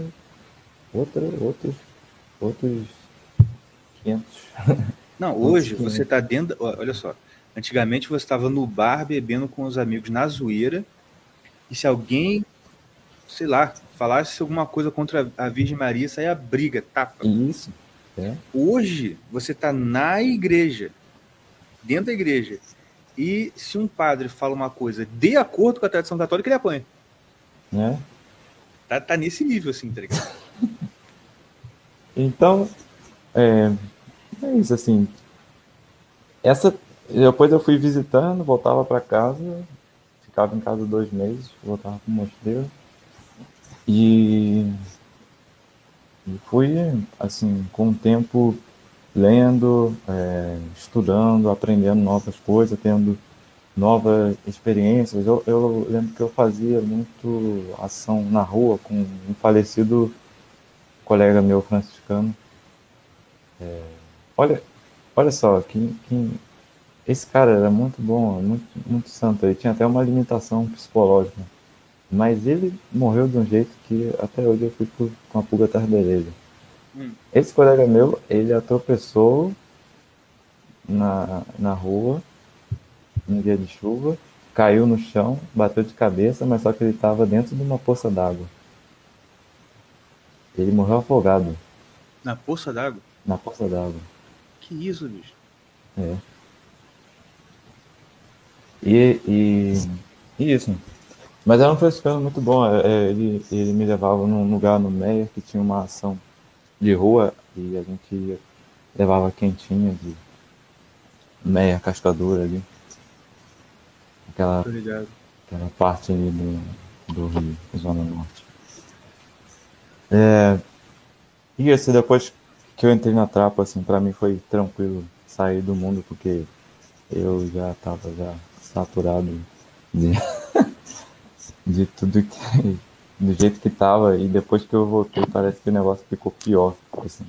outros 500. Não, Outros hoje você 500. tá dentro. Olha só. Antigamente você estava no bar bebendo com os amigos na zoeira. E se alguém, sei lá, falasse alguma coisa contra a Virgem Maria, saía briga, tapa. Isso. É, Hoje você tá na igreja, dentro da igreja. E se um padre fala uma coisa de acordo com a tradição católica, ele apanha. né? Tá nesse nível, assim, tá ligado? Então, é isso, assim. Essa, depois eu fui visitando, voltava para casa, ficava em casa 2 meses, voltava para o mosteiro. E, e fui, assim, com o tempo lendo, estudando, aprendendo novas coisas, tendo novas experiências. Eu lembro que eu fazia muito ação na rua com um falecido colega meu franciscano. Olha, olha só, esse cara era muito bom, muito, muito santo. Ele tinha até uma limitação psicológica. Mas ele morreu de um jeito que até hoje eu fico com a pulga atrás da orelha. Hum. Esse colega meu, ele tropeçou na rua, num dia de chuva, caiu no chão, bateu de cabeça, mas só que ele estava dentro de uma poça d'água. Ele morreu afogado Na poça d'água? na poça d'água. Que isso, bicho? É. E, e, e isso. Mas era um franciscano muito bom. Ele me levava num lugar no Meia que tinha uma ação de rua e a gente levava quentinha de Meia Cascadura ali. Aquela, Tô ligado. aquela parte ali do Rio, Zona Norte. E assim, depois que eu entrei na trapa, assim, pra mim foi tranquilo sair do mundo, porque eu já tava já saturado de, de tudo que do jeito que tava, e depois que eu voltei parece que o negócio ficou pior, assim.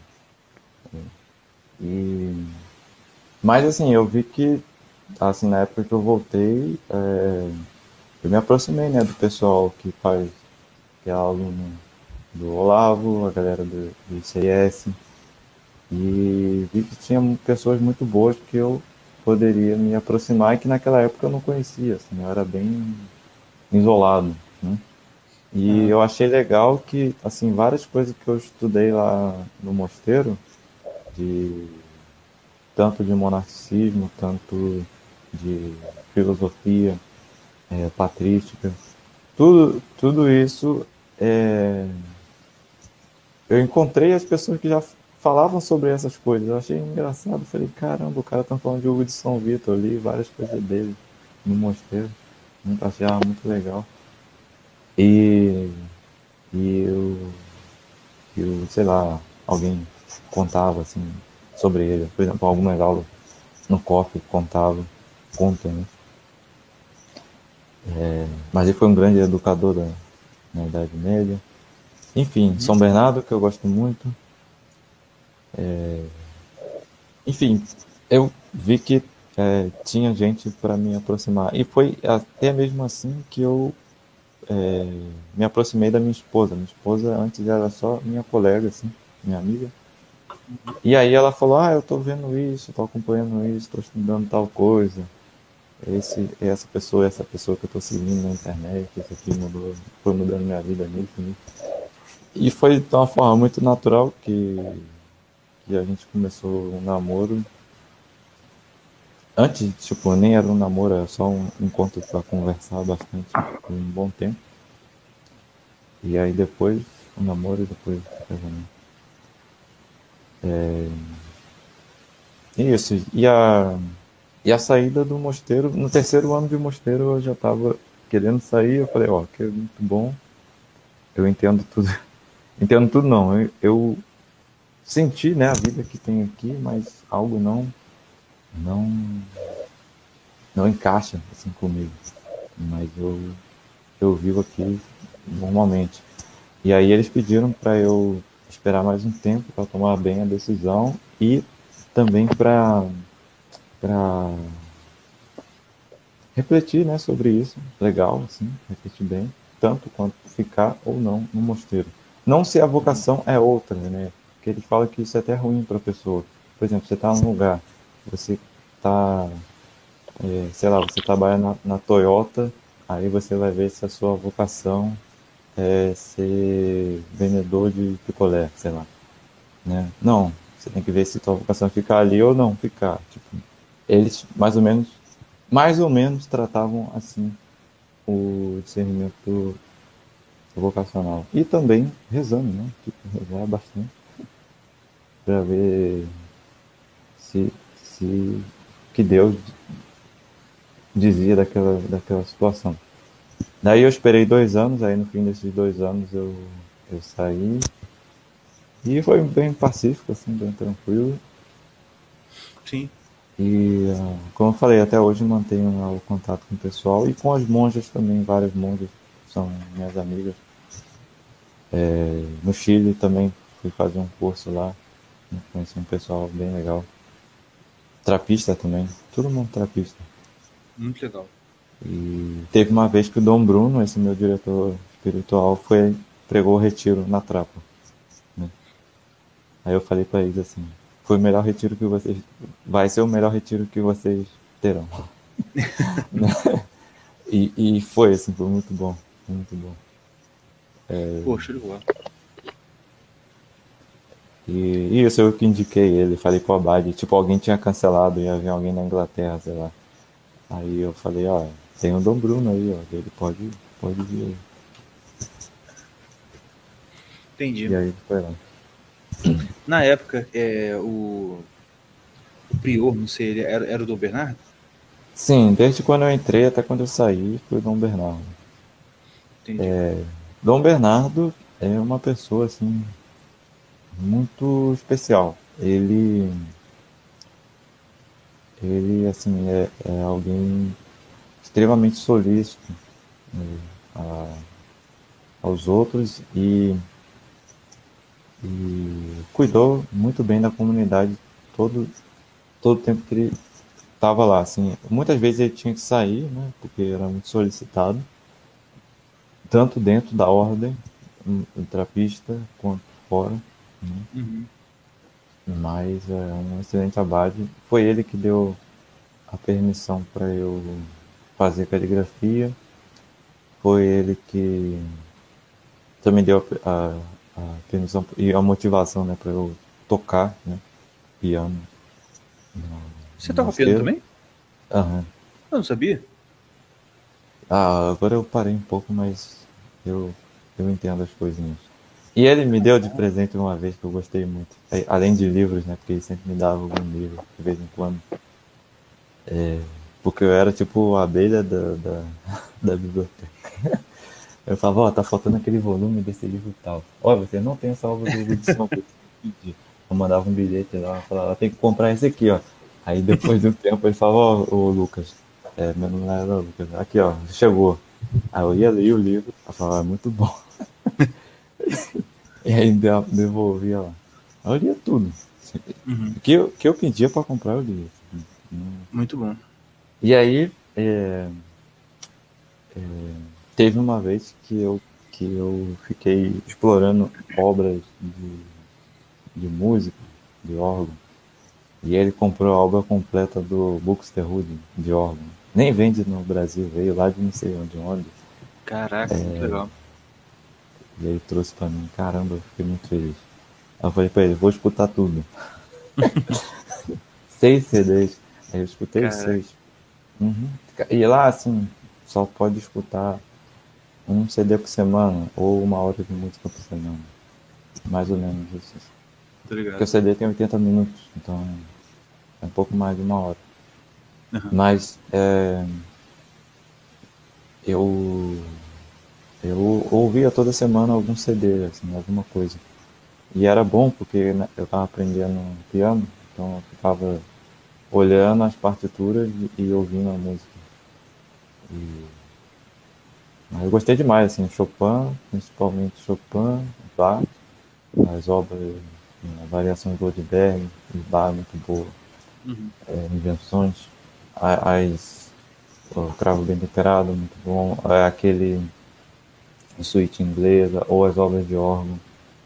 E mas assim, eu vi que assim na época que eu voltei, eu me aproximei, né, do pessoal que faz, que é aluno do Olavo, a galera do ICS, e vi que tinha pessoas muito boas que eu poderia me aproximar e que naquela época eu não conhecia, assim, eu era bem isolado, né? E Aham. eu achei legal que, assim, várias coisas que eu estudei lá no mosteiro, de tanto de monasticismo, tanto de filosofia, patrística, tudo isso é, eu encontrei as pessoas que já falavam sobre essas coisas. Eu achei engraçado. Falei, caramba, o cara tá falando de Hugo de São Vitor. Eu li várias coisas dele no mosteiro. Muito, achei muito legal. E, sei lá, alguém contava assim sobre ele. Por exemplo, algumas aulas no COF contava, conta, né? Mas ele foi um grande educador na Idade Média. Enfim, Uhum. São Bernardo, que eu gosto muito. Enfim, eu vi que tinha gente para me aproximar. E foi até mesmo assim que eu me aproximei da minha esposa. Minha esposa antes era só minha colega, assim, minha amiga. E aí ela falou, eu tô vendo isso, tô acompanhando isso, tô estudando tal coisa. Essa pessoa que eu tô seguindo na internet, isso aqui mudou, foi mudando minha vida nisso, nisso. E foi de uma forma muito natural que a gente começou um namoro. Antes, tipo, nem era um namoro, era só um encontro pra conversar bastante por um bom tempo. E aí depois, o namoro e depois o casamento. Isso, e a saída do mosteiro, no terceiro ano de mosteiro eu já tava querendo sair, eu falei, que é muito bom, eu entendo tudo. Entendo tudo não, eu senti, né, a vida que tem aqui, mas algo não, não encaixa assim comigo. Mas eu vivo aqui normalmente. E aí eles pediram para eu esperar mais um tempo para tomar bem a decisão e também para refletir, né, sobre isso. Legal, assim, refletir bem, tanto quanto ficar ou não no mosteiro. Não se a Uhum. vocação é outra, né? Porque eles falam que isso é até ruim para a pessoa. Por exemplo, você está num lugar, você está, sei lá, você trabalha na Toyota, aí você vai ver se a sua vocação é ser vendedor de picolé, sei lá, né? Não, você tem que ver se tua vocação é ficar ali ou não ficar. Tipo, eles mais ou menos tratavam assim o discernimento vocacional. E também rezando, né? Tipo, rezar bastante para ver se, se que Deus dizia daquela situação. Daí eu esperei 2 anos, aí no fim desses 2 anos eu saí e foi bem pacífico, assim, bem tranquilo. Sim. E, como eu falei, até hoje mantenho o contato com o pessoal e com as monjas também, várias monjas são minhas amigas. No Chile também fui fazer um curso lá, né, conheci um pessoal bem legal. Trapista também, todo mundo trapista. Muito legal. E teve uma vez que o Dom Bruno, esse meu diretor espiritual, pregou o retiro na Trapa, né? Aí eu falei pra eles assim, foi o melhor retiro que vocês, vai ser o melhor retiro que vocês terão. E foi assim, foi muito bom, muito bom. Pô, show de bola. E isso eu que indiquei ele, falei pro Abade, tipo, alguém tinha cancelado, ia vir alguém na Inglaterra, sei lá. Aí eu falei, tem o Dom Bruno aí, ele pode vir aí. Entendi. E aí ele foi lá. Na época, o prior, não sei, ele era o Dom Bernardo? Sim, desde quando eu entrei até quando eu saí, foi o Dom Bernardo. Entendi. Dom Bernardo é uma pessoa, assim, muito especial. Ele assim, é alguém extremamente solícito, aos outros e cuidou muito bem da comunidade todo o tempo que ele estava lá. Assim, muitas vezes ele tinha que sair, né, porque era muito solicitado, tanto dentro da ordem trapista quanto fora. Né? Uhum. Mas é um excelente abade. Foi ele que deu a permissão para eu fazer caligrafia. Foi ele que também deu a permissão e a motivação, né, para eu tocar, né, piano Você no toca piano mosteiro. também? Aham. Eu não sabia. Agora eu parei um pouco, mas eu, eu entendo as coisinhas. E ele me deu de presente uma vez que eu gostei muito. Além de livros, né? Porque ele sempre me dava algum livro de vez em quando. Porque eu era tipo a abelha da biblioteca. Eu falava, ó, tá faltando aquele volume desse livro tal. Ó, você não tem essa obra do Hudson, eu pedi. Eu mandava um bilhete lá, falava, tem que comprar esse aqui, ó. Aí depois de um tempo ele falava, ó, ô Lucas, meu nome não era Lucas, aqui ó, chegou. Aí eu ia ler o livro, eu falava, muito bom. E aí devolvia lá. Aí eu lia tudo. Uhum. O que eu pedia pra comprar, eu lia. Muito bom. E aí, teve uma vez que eu fiquei explorando obras de música, de órgão, e ele comprou a obra completa do Buxtehude de órgão. Nem vende no Brasil, veio lá de não sei onde. Caraca, muito legal. E ele trouxe pra mim, caramba, eu fiquei muito feliz. Aí eu falei pra ele, vou escutar tudo. 6 CDs. Aí eu escutei os Caraca. 6. Uhum. E lá, assim, só pode escutar um CD por semana, ou 1 hora de música por semana. Mais ou menos isso. Tô Porque o ligado. CD tem 80 minutos, então é um pouco mais de 1 hora. Uhum. Mas eu, eu ouvia toda semana algum CD, assim, alguma coisa. E era bom porque, né, eu estava aprendendo piano, então eu ficava olhando as partituras e ouvindo a música. Mas eu gostei demais, assim, Chopin, principalmente Chopin, Bach, as obras, variações de Goldberg, Bach muito boa, Uhum. invenções, o Cravo Bem Temperado, muito bom, aquele suíte inglesa, ou as obras de órgão.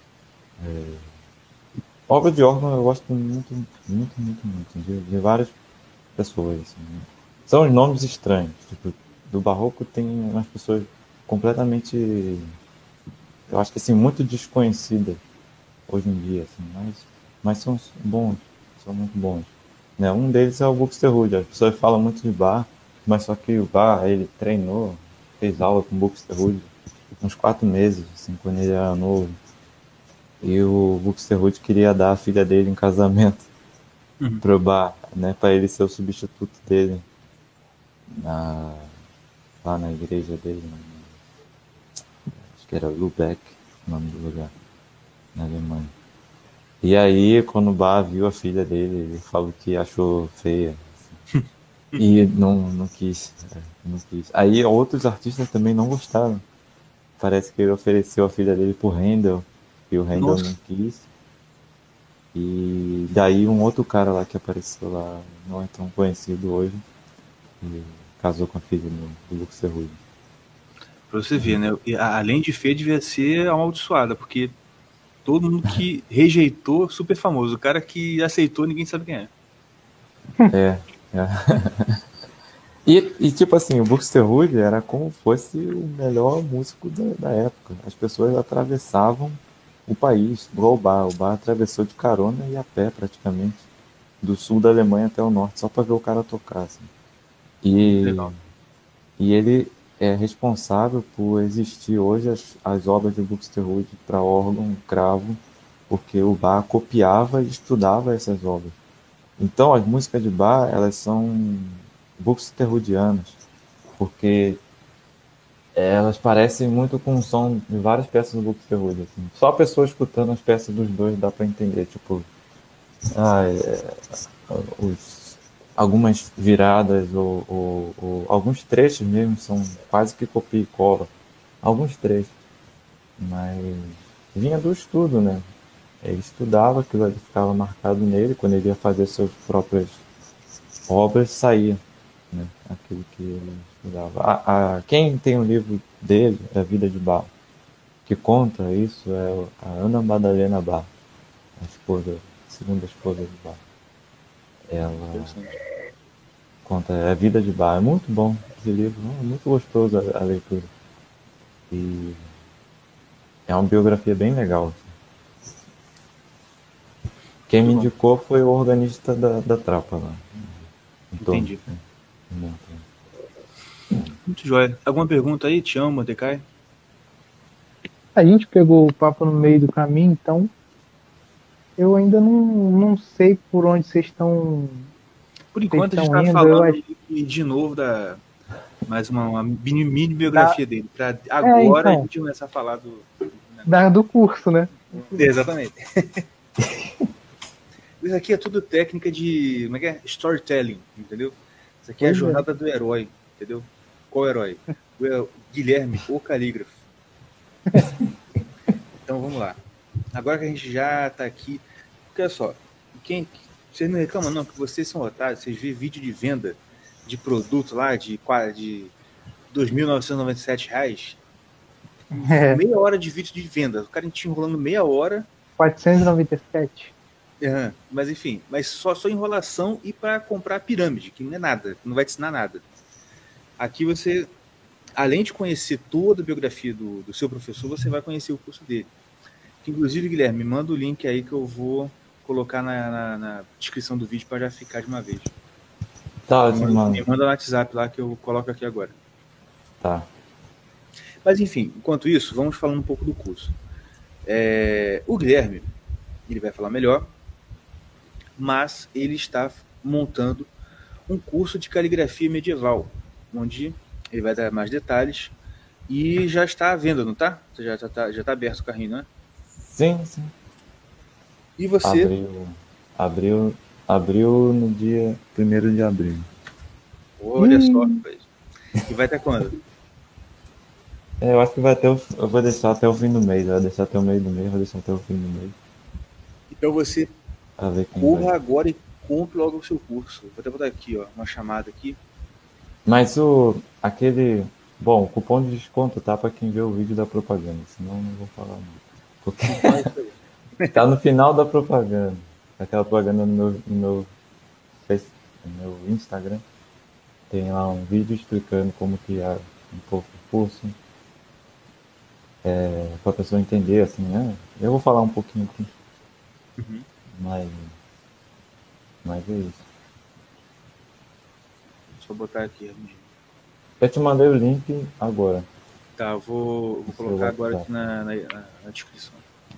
Obra de órgão eu gosto muito, muito, muito, muito, de várias pessoas. Assim, né? São os nomes estranhos. Tipo, do barroco tem umas pessoas completamente, eu acho que assim, muito desconhecidas hoje em dia, assim, mas são bons, são muito bons. Né? Um deles é o Buxtehude. As pessoas falam muito de Bach, mas só que o Bach, ele treinou, fez aula com o Buxtehude uns 4 meses, assim, quando ele era novo. E o Buxtehude queria dar a filha dele em casamento Uhum. pro Bach, né, para ele ser o substituto dele na, lá na igreja dele, acho que era Lubeck, o nome do lugar, na Alemanha. E aí, quando o Bach viu a filha dele, ele falou que achou feia. E não quis, não quis. Aí outros artistas também não gostaram. Parece que ele ofereceu a filha dele pro Handel, e o Handel não Nossa, quis. E daí um outro cara lá que apareceu lá, não é tão conhecido hoje, e casou com a filha do Lucas Rude. pra você ver, né? E além de feia, devia ser amaldiçoada, porque todo mundo que rejeitou, super famoso. O cara que aceitou, ninguém sabe quem é. É, é. E tipo assim, o Buxtehude era como fosse o melhor músico da época. As pessoas atravessavam o país, igual o Bar. O Bar atravessou de carona e a pé praticamente, do sul da Alemanha até o norte, só para ver o cara tocar. Assim. Muito E, legal. e ele é responsável por existir hoje as obras de Buxtehude para órgão, cravo, porque o Bar copiava e estudava essas obras. Então as músicas de Bach, elas são buxtehudianas, porque elas parecem muito com o som de várias peças do Buxtehude. Assim. Só a pessoa escutando as peças dos dois dá para entender, tipo, ah, algumas viradas ou alguns trechos mesmo são quase que copia e cola. alguns trechos, mas vinha do estudo, né? Ele estudava, aquilo ali ficava marcado nele, quando ele ia fazer suas próprias obras, saía, né? Aquilo que ele estudava. Quem tem um livro dele, é A Vida de Bach, que conta isso é a Ana Madalena Bach, a esposa, a segunda esposa de Bach. Ela Interessante. conta A Vida de Bach. É muito bom esse livro, é muito gostoso a leitura. E é uma biografia bem legal. Quem Muito me bom. indicou foi o organista da trapa lá, em torno. Entendi. Né? Muito jóia. Alguma pergunta aí? Te amo, Mordecai? A gente pegou o papo no meio do caminho, então eu ainda não sei por onde Por vocês enquanto, a gente estão está indo. Eu falando acho de novo da mais uma mini da, biografia dele. Para agora a então, gente começar a falar do negócio. do curso, né? Exatamente. Isso aqui é tudo técnica de, como é que é? Storytelling, entendeu? Isso aqui é a Pois é. jornada do herói, entendeu? Qual herói? O Guilherme, o calígrafo. Então vamos lá. Agora que a gente já tá aqui, porque olha só, vocês não reclamam não que vocês são otários, vocês vêem vídeo de venda de produto lá de R$ 2.997, É, meia hora de vídeo de venda, o cara te enrolando meia hora. 497. Mas enfim, mas só enrolação e para comprar a pirâmide, que não é nada, não vai te ensinar nada. Aqui você, além de conhecer toda a biografia do seu professor, você vai conhecer o curso dele. Que, inclusive, Guilherme, me manda o link aí que eu vou colocar na descrição do vídeo para já ficar de uma vez. Tá, Me manda no WhatsApp lá que eu coloco aqui agora. Tá. Mas enfim, enquanto isso, vamos falando um pouco do curso. O Guilherme, ele vai falar melhor, mas ele está montando um curso de caligrafia medieval, onde ele vai dar mais detalhes e já está à venda, não tá? Já tá aberto o carrinho, né? Sim, sim. E você? Abriu no dia 1º de abril. Olha só, rapaz. E vai até quando? Eu acho que vai até eu vou deixar até o fim do mês. Eu vou deixar até o meio do mês, vou deixar até o fim do mês. Então você Pra ver quem corra vai. agora e compre logo o seu curso. Vou até botar aqui, ó, uma chamada aqui. Mas bom, o cupom de desconto tá pra quem vê o vídeo da propaganda, senão eu não vou falar não. Porque tá no final da propaganda. Aquela propaganda no meu Instagram. Tem lá um vídeo explicando como que é um pouco o curso. Pra pessoa entender, assim, né? Eu vou falar um pouquinho aqui, Uhum. mas é isso. Deixa eu botar aqui rapidinho. Eu te mandei o link agora. Tá, eu vou colocar agora aqui na descrição.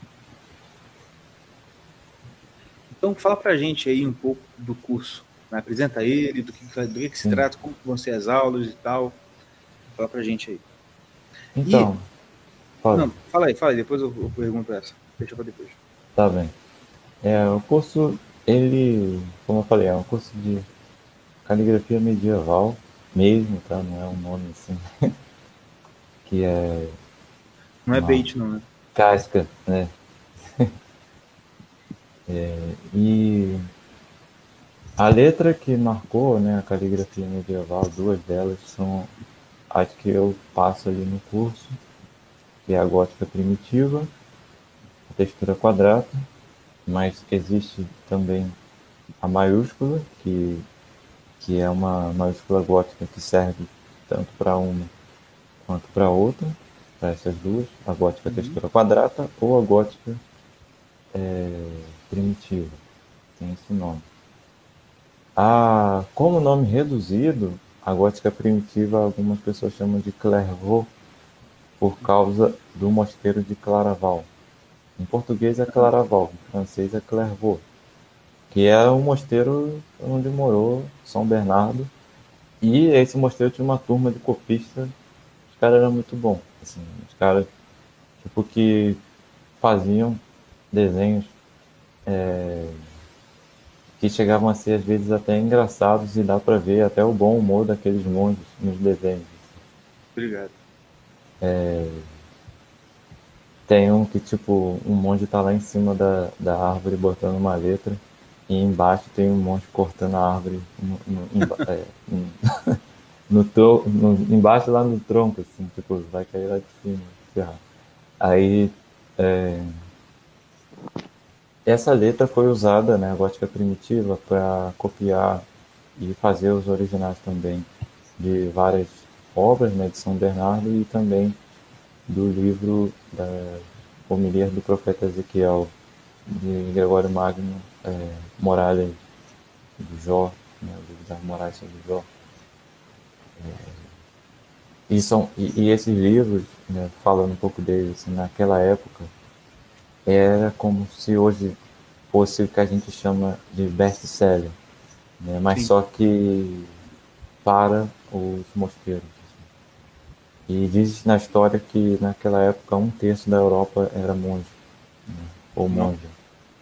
Então fala pra gente aí um pouco do curso. Né? Apresenta ele, do que se trata, como vão ser as aulas e tal. Fala pra gente aí. Então, Não, fala aí, depois eu pergunto essa. Deixa pra depois. Tá bem. O curso, como eu falei, é um curso de caligrafia medieval mesmo, tá? Não é um nome assim, que é Não é bait não, né? casca, né? E a letra que marcou, né, a caligrafia medieval, duas delas são as que eu passo ali no curso, que é a gótica primitiva, a textura quadrata, mas existe também a maiúscula, que é uma maiúscula gótica que serve tanto para uma quanto para outra, para essas duas, a gótica textura quadrata ou a gótica primitiva, tem esse nome. Como nome reduzido, a gótica primitiva algumas pessoas chamam de Clairvaux, por causa do mosteiro de Claraval. Em português é Claraval, em francês é Clairvaux, que é o mosteiro onde morou São Bernardo. E esse mosteiro tinha uma turma de copistas, os caras eram muito bons. Assim, os caras tipo, que faziam desenhos que chegavam a ser às vezes até engraçados, e dá para ver até o bom humor daqueles monges nos desenhos. Obrigado. Tem um que, tipo, um monge tá lá em cima da árvore botando uma letra, e embaixo tem um monge cortando a árvore embaixo lá no tronco, assim, tipo, vai cair lá de cima, ferrar. Aí, essa letra foi usada, né, a gótica primitiva, para copiar e fazer os originais também de várias obras, né, de São Bernardo e também do livro da Homilias do Profeta Ezequiel, de Gregório Magno, Muralhas de Jó, né, o livro das Muralhas sobre Jó. E esses livros, né, falando um pouco deles, assim, naquela época, era como se hoje fosse o que a gente chama de best-seller, né, mas Sim. só que para os mosteiros. E diz na história que naquela época um terço da Europa era monge, né, ou Não. monja.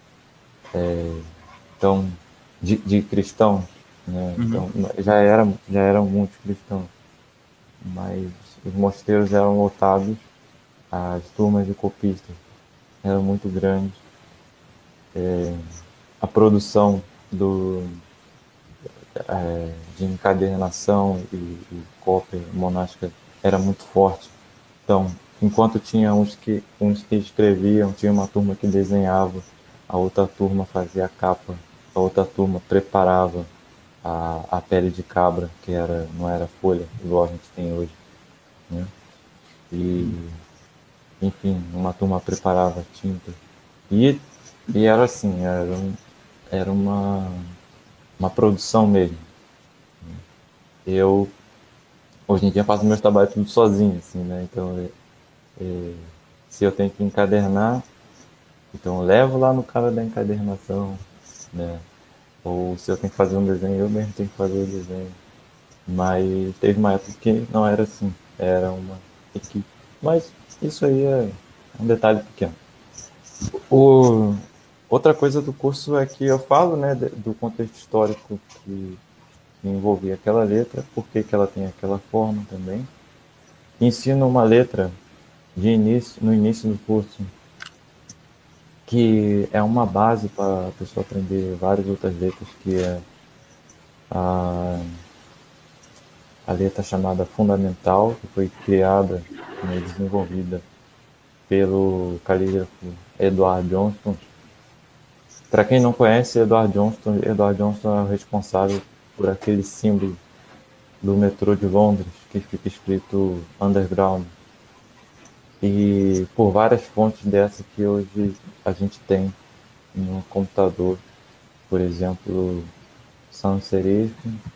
Então, de cristãos, né? Uhum. Então, já eram muitos cristãos, mas os mosteiros eram lotados, as turmas de copistas eram muito grandes, a produção de encadernação e cópia monástica era muito forte. Então, enquanto tinha uns que escreviam, tinha uma turma que desenhava, a outra turma fazia a capa, a outra turma preparava a pele de cabra, que não era folha, igual a gente tem hoje, né? E, enfim, uma turma preparava tinta. E, e era assim, era uma produção mesmo. Eu, hoje em dia, faço meus trabalhos tudo sozinho, assim, né? Então, se eu tenho que encadernar, então eu levo lá no cara da encadernação, né? Ou se eu tenho que fazer um desenho, eu mesmo tenho que fazer o desenho. Mas teve uma época que não era assim, era uma equipe. Mas isso aí é um detalhe pequeno. O, outra coisa do curso é que eu falo, né, do contexto histórico que envolvia aquela letra, por que ela tem aquela forma também. Ensino uma letra no início do curso, que é uma base para a pessoa aprender várias outras letras, que é a, a letra chamada Fundamental, que foi criada, né, e desenvolvida pelo calígrafo Edward Johnston. Para quem não conhece Edward Johnston é o responsável por aquele símbolo do metrô de Londres que fica escrito Underground. E por várias fontes dessa que hoje a gente tem no computador, por exemplo, sans serif,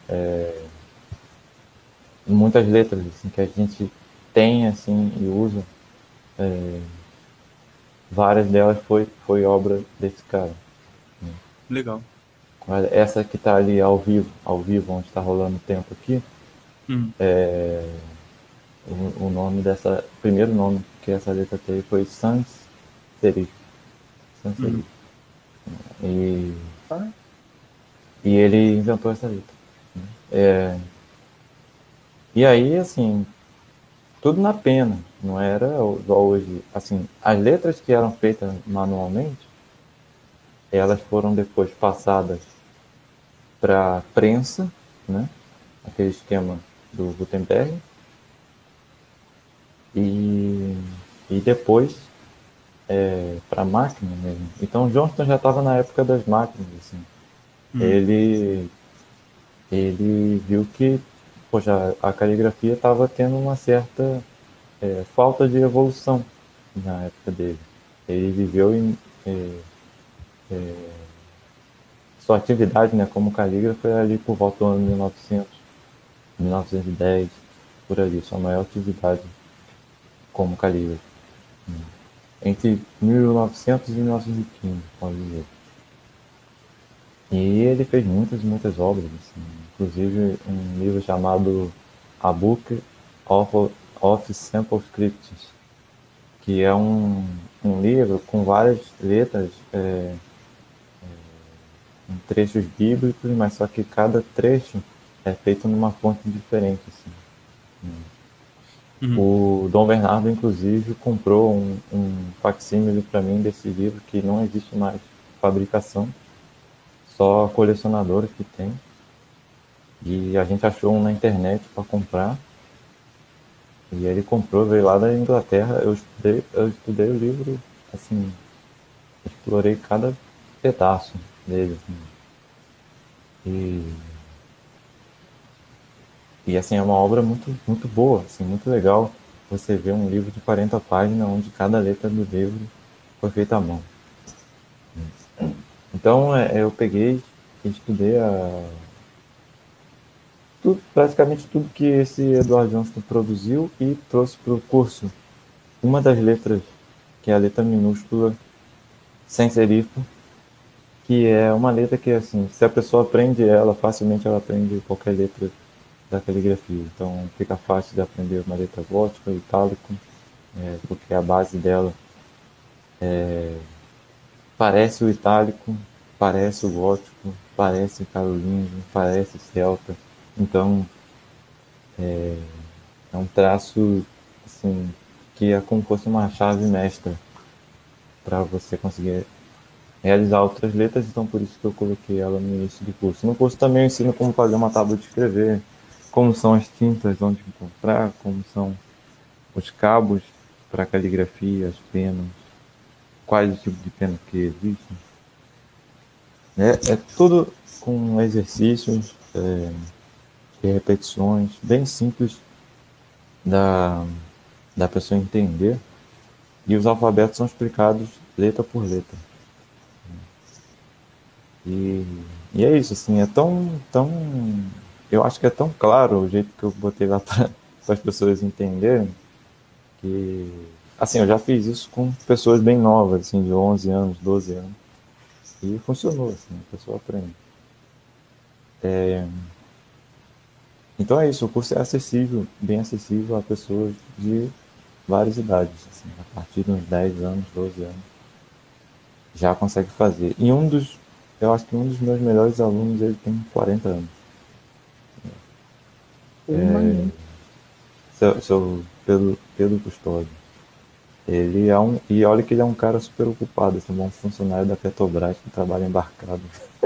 muitas letras assim, que a gente tem assim e usa, várias delas foi obra desse cara. Legal. Essa que está ali ao vivo, onde está rolando o tempo aqui, Uhum. o nome dessa, o primeiro nome que essa letra teve foi sans serif. Sans Uhum. serif. E, Tá? e ele inventou essa letra. É, e aí, assim, tudo na pena, não era igual hoje. Assim, as letras que eram feitas manualmente, elas foram depois passadas para prensa, né? Aquele esquema do Gutenberg, e, e depois para máquina mesmo. Então Johnston já estava na época das máquinas, assim. Uhum. Ele, ele viu que, poxa, a caligrafia estava tendo uma certa falta de evolução na época dele. Ele viveu em sua atividade, né, como calígrafo foi ali por volta do ano 1900, 1910, por ali, sua maior atividade como calígrafo. Entre 1900 e 1915, pode dizer. E ele fez muitas, muitas obras, assim, inclusive um livro chamado A Book of Sample Scripts, que é um livro com várias letras em trechos bíblicos, mas só que cada trecho é feito numa fonte diferente. Assim. O Dom Bernardo, inclusive, comprou um facsímile para mim desse livro que não existe mais fabricação, só colecionadores que tem. E a gente achou um na internet para comprar. E ele comprou, veio lá da Inglaterra. Eu estudei o livro, assim, explorei cada pedaço dele. Assim. E assim, é uma obra muito, muito boa, assim, muito legal você ver um livro de 40 páginas onde cada letra do livro foi feita à mão. Então eu peguei e estudei praticamente tudo que esse Edward Johnston produziu e trouxe para o curso. Uma das letras, que é a letra minúscula, sem serifo, que é uma letra que, assim, se a pessoa aprende ela, facilmente ela aprende qualquer letra da caligrafia. Então fica fácil de aprender uma letra gótica, itálico, porque a base dela parece o itálico, parece o gótico, parece carolíngico, parece celta. Então é um traço assim, que é como se fosse uma chave mestra para você conseguir realizar outras letras, então por isso que eu coloquei ela no início do curso. No curso também eu ensino como fazer uma tábua de escrever, como são as tintas, onde encontrar, como são os cabos para caligrafia, as penas, quais os tipos de pena que existem. É tudo com exercícios e repetições, bem simples da pessoa entender. E os alfabetos são explicados letra por letra. E é isso, assim, é tão. Eu acho que é tão claro o jeito que eu botei lá para as pessoas entenderem que. Assim, eu já fiz isso com pessoas bem novas, assim, de 11 anos, 12 anos. E funcionou, assim, a pessoa aprende. Então é isso, o curso é acessível, bem acessível a pessoas de várias idades, assim, a partir de uns 10 anos, 12 anos, já consegue fazer. E eu acho que um dos meus melhores alunos, ele tem 40 anos. Seu Pedro Custódio. Ele é e olha que ele é um cara super ocupado, assim, um funcionário da Petrobras que trabalha embarcado.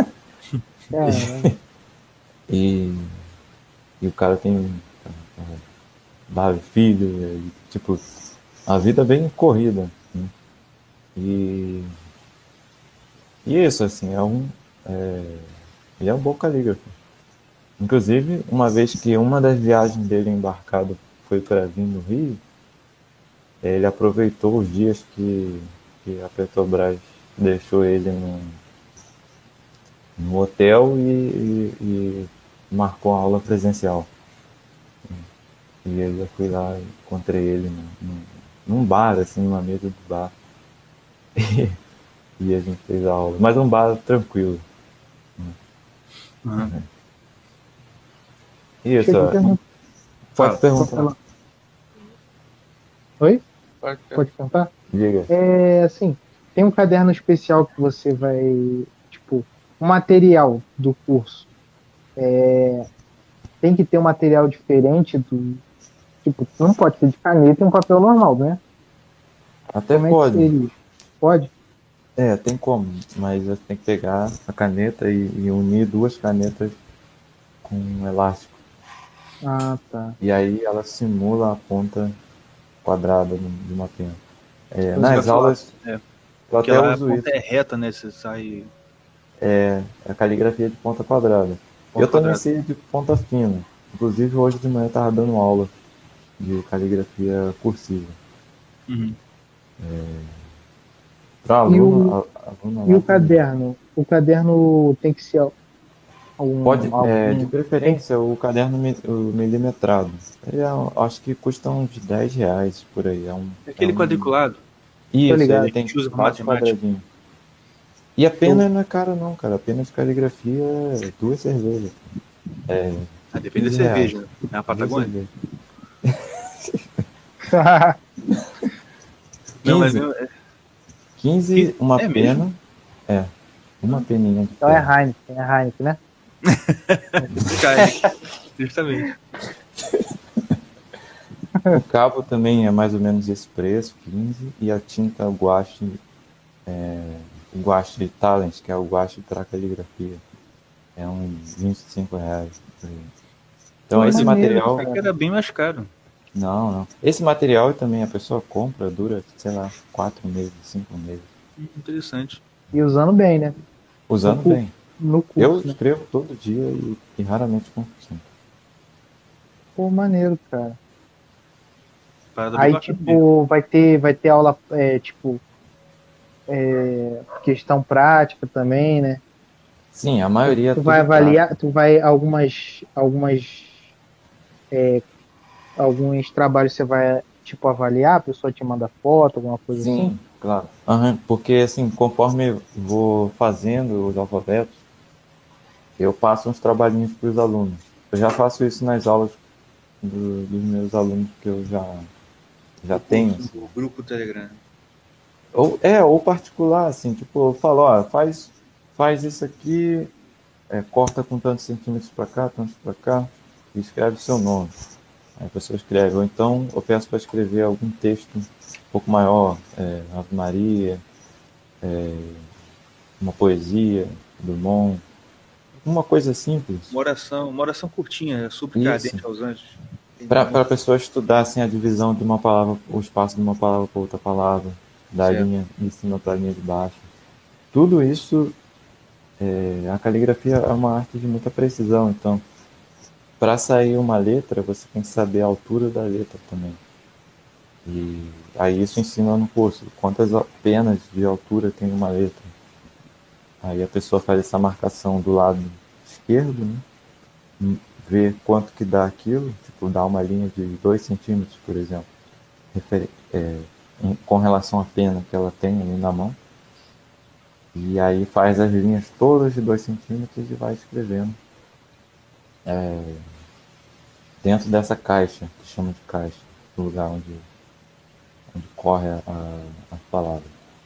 E o cara tem vários filhos, e, tipo, a vida é bem corrida. Né? E isso, assim, ele é um bom calígrafo. Inclusive, uma vez que uma das viagens dele embarcado foi para vir no Rio, ele aproveitou os dias que a Petrobras deixou ele no hotel e marcou a aula presencial. E eu fui lá e encontrei ele num bar, assim, numa mesa do bar. E a gente fez a aula. Mas um bar tranquilo. Isso, pode perguntar. Oi? Pode perguntar? Diga. Assim, tem um caderno especial que você vai, tipo, um material do curso. Tem que ter um material diferente do, tipo, não pode ser de caneta e um papel normal, né? Até como pode. Pode? Tem como, mas você tem que pegar a caneta e unir duas canetas com um elástico. Ah, tá. E aí ela simula a ponta quadrada de uma pena. Nas aulas, eu até uso isso. É reta, né? Você sai... a caligrafia de ponta quadrada. Eu também sei de ponta fina. Inclusive hoje de manhã eu estava dando aula de caligrafia cursiva. Para aluno, e o caderno? O caderno tem que ser de preferência o caderno milimetrado. Ele acho que custa uns R$10 por aí. Aquele quadriculado. Isso, ele tem que usa quadradinho. E a pena não é cara não, cara. A pena de caligrafia é 2 cervejas. Depende da cerveja. É a Patagônia? Não, mas 15 uma pena. Uma peninha. Então é Heineken, né? Justamente. O cabo também é mais ou menos esse preço, 15, e a tinta guache, o guache Talent, que é o guache para caligrafia, é uns R$ 25. Por aí. Então Pô, esse maneiro, Eu material, pensei que cara. era bem mais caro. não, não. Esse material também a pessoa compra, dura, sei lá, 4 meses, 5 meses, Interessante. E usando bem, né? No, usando cu... bem. no Eu curso, né? escrevo todo dia e raramente compro tinta. Pô, maneiro, cara. Parada bem Aí, bacana mesmo. tipo, vai ter aula, tipo, questão prática também, né? Sim, a maioria é Tu vai tudo prático. avaliar, tu vai alguns trabalhos você vai, tipo, avaliar, a pessoa te manda foto, alguma coisa assim. Sim, claro. Aham, porque assim, conforme eu vou fazendo os alfabetos, eu passo uns trabalhinhos para os alunos. Eu já faço isso nas aulas dos meus alunos que eu já No tenho, curso, assim. no grupo do Telegram. Ou particular, assim, tipo, eu falo, ó, faz isso aqui, corta com tantos centímetros para cá, tantos para cá, e escreve o seu nome. Aí a pessoa escreve. Ou então eu peço para escrever algum texto um pouco maior, Ave Maria, uma poesia, Drummond, uma coisa simples. Uma oração curtinha, Isso. suplicardente aos anjos. Para Entendi. a pessoa estudar assim, a divisão de uma palavra, o espaço de uma palavra para outra palavra, da Certo. linha de cima para a linha de baixo. Tudo isso, a caligrafia é uma arte de muita precisão, então para sair uma letra, você tem que saber a altura da letra também. E aí isso ensina no curso, quantas penas de altura tem uma letra. Aí a pessoa faz essa marcação do lado esquerdo, né? Ver quanto que dá aquilo, tipo, dá uma linha de 2 centímetros, por exemplo, com relação à pena que ela tem ali na mão. E aí faz as linhas todas de 2 centímetros e vai escrevendo dentro dessa caixa, que chama de caixa, do lugar onde corre a palavra.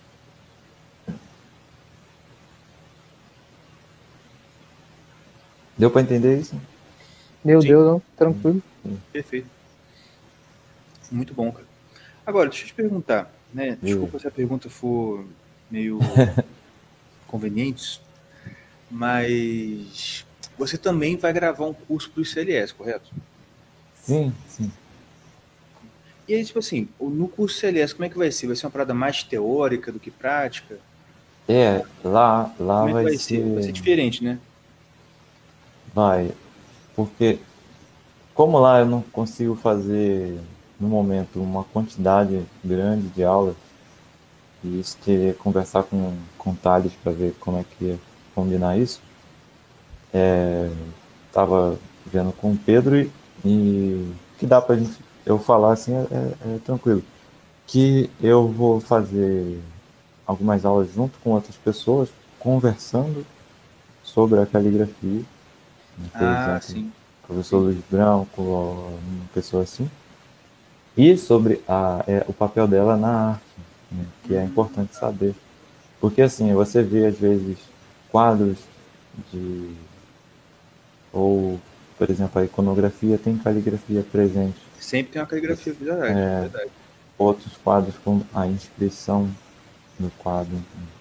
Deu para entender isso? Meu Sim, Deus, não, tranquilo. perfeito. Muito bom, cara. Agora, deixa eu te perguntar, né? E, Desculpa se a pergunta for meio conveniente, mas você também vai gravar um curso para o ICLS, correto? sim, sim. E aí, tipo assim, no curso CLS, como é que vai ser? Vai ser uma parada mais teórica do que prática? Lá Como é que vai vai ser? Vai ser ser. diferente, né? Vai. Porque, como lá eu não consigo fazer, no momento, uma quantidade grande de aulas, e isso queria conversar com o Thales para ver como é que ia combinar isso, tava vendo com o Pedro e o que dá pra gente, eu falar assim é tranquilo. Que eu vou fazer algumas aulas junto com outras pessoas, conversando sobre a caligrafia, né? Por Ah, exemplo, sim. o professor Entendi. Luiz Branco, ou uma pessoa assim, e sobre o papel dela na arte, né? Que é importante Tá. saber. Porque assim, você vê às vezes quadros de. Ou, por exemplo, a iconografia tem caligrafia presente. Sempre tem uma caligrafia, verdade, verdade. Outros quadros com a inscrição no quadro.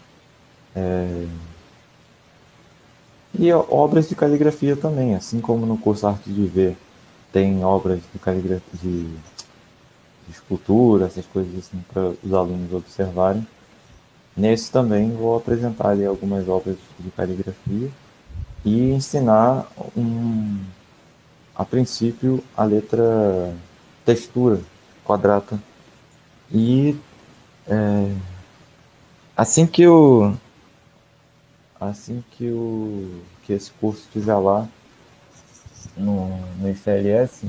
E obras de caligrafia também, assim como no curso Arte de Ver tem obras de caligrafia, de escultura, essas coisas assim para os alunos observarem. Nesse também vou apresentar ali algumas obras de caligrafia e ensinar a princípio a letra textura quadrata. E assim que o que esse curso estiver lá no ICLS,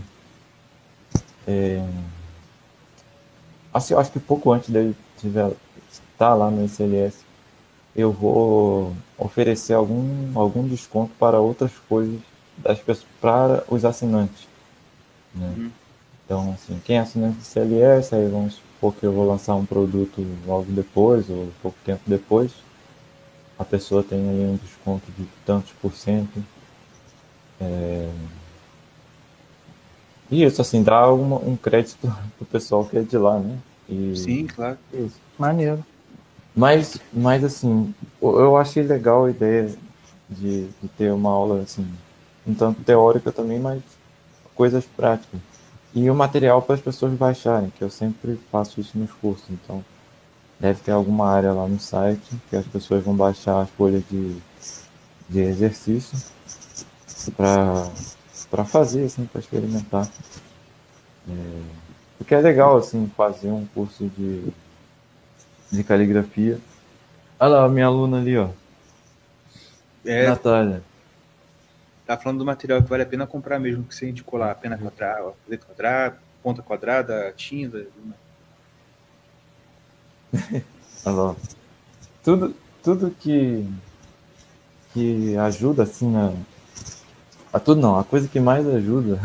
assim, eu acho que pouco antes dele estar lá no ICLS, eu vou oferecer algum desconto para outras coisas das pessoas, para os assinantes, né? Uhum. Então, assim, quem é assinante do CLS, aí vamos supor que eu vou lançar um produto logo depois, ou pouco tempo depois, a pessoa tem ali um desconto de tantos por cento. E isso, assim, dá um crédito pro pessoal que é de lá, né? E Sim, claro. isso. Maneiro. Mas assim, eu achei legal a ideia de ter uma aula, assim, um tanto teórica também, mas coisas práticas. E o material para as pessoas baixarem, que eu sempre faço isso nos cursos. Então, deve ter alguma área lá no site que as pessoas vão baixar as folhas de exercício para fazer, assim, para experimentar. Porque é legal, assim, fazer um curso de caligrafia. Olha lá, a minha aluna ali, ó, É, Natália. tá falando do material que vale a pena comprar mesmo, que se a gente colar pena quadrada, letra quadrada, ponta quadrada, tinta. Olha lá. Tudo que ajuda, assim, a tudo não, a coisa que mais ajuda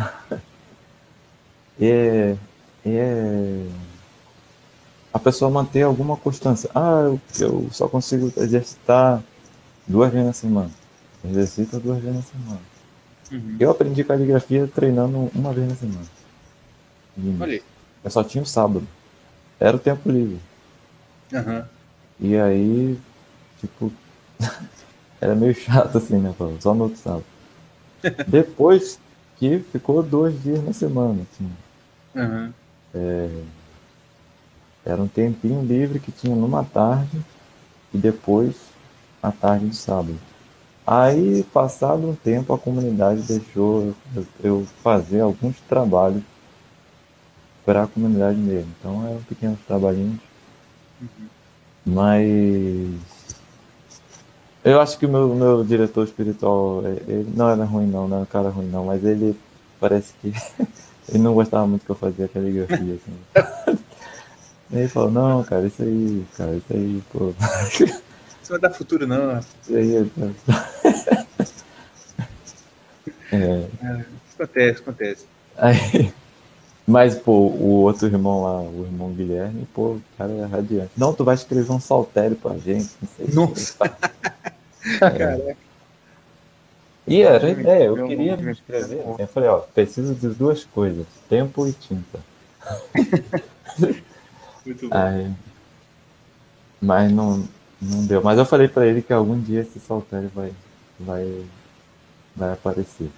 é, é a pessoa manter alguma constância. Ah, eu só consigo exercitar 2 vezes na semana. Exercita 2 vezes na semana. Uhum. Eu aprendi caligrafia treinando 1 vez na semana. No Olha início. aí. Eu só tinha o sábado. Era o tempo livre. Aham. E aí, tipo, era meio chato assim, né? Só no outro sábado. Depois que ficou 2 dias na semana, assim. Aham. Era um tempinho livre que tinha numa tarde e depois a tarde de sábado. Aí, passado um tempo, a comunidade deixou eu fazer alguns trabalhos para a comunidade mesmo. Então, eram pequenos trabalhinhos, Uhum. mas eu acho que o meu diretor espiritual, ele não era ruim não era um cara ruim não, mas ele parece que ele não gostava muito que eu fazia caligrafia, assim. Ele falou, não, cara, isso aí, pô, Isso vai dar futuro, não, rapaz. isso aí, é, Acontece, acontece. aí, mas, pô, o outro irmão lá, o irmão Guilherme, pô, o cara é radiante. Não, tu vai escrever um saltério pra gente, não sei o que. Nossa, caraca. E era a Meu ideia, eu irmão, queria me inscrever. Eu falei, ó, preciso de 2 coisas, tempo e tinta. muito bom. Aí, mas não deu. Mas eu falei pra ele que algum dia esse saltério vai, vai aparecer.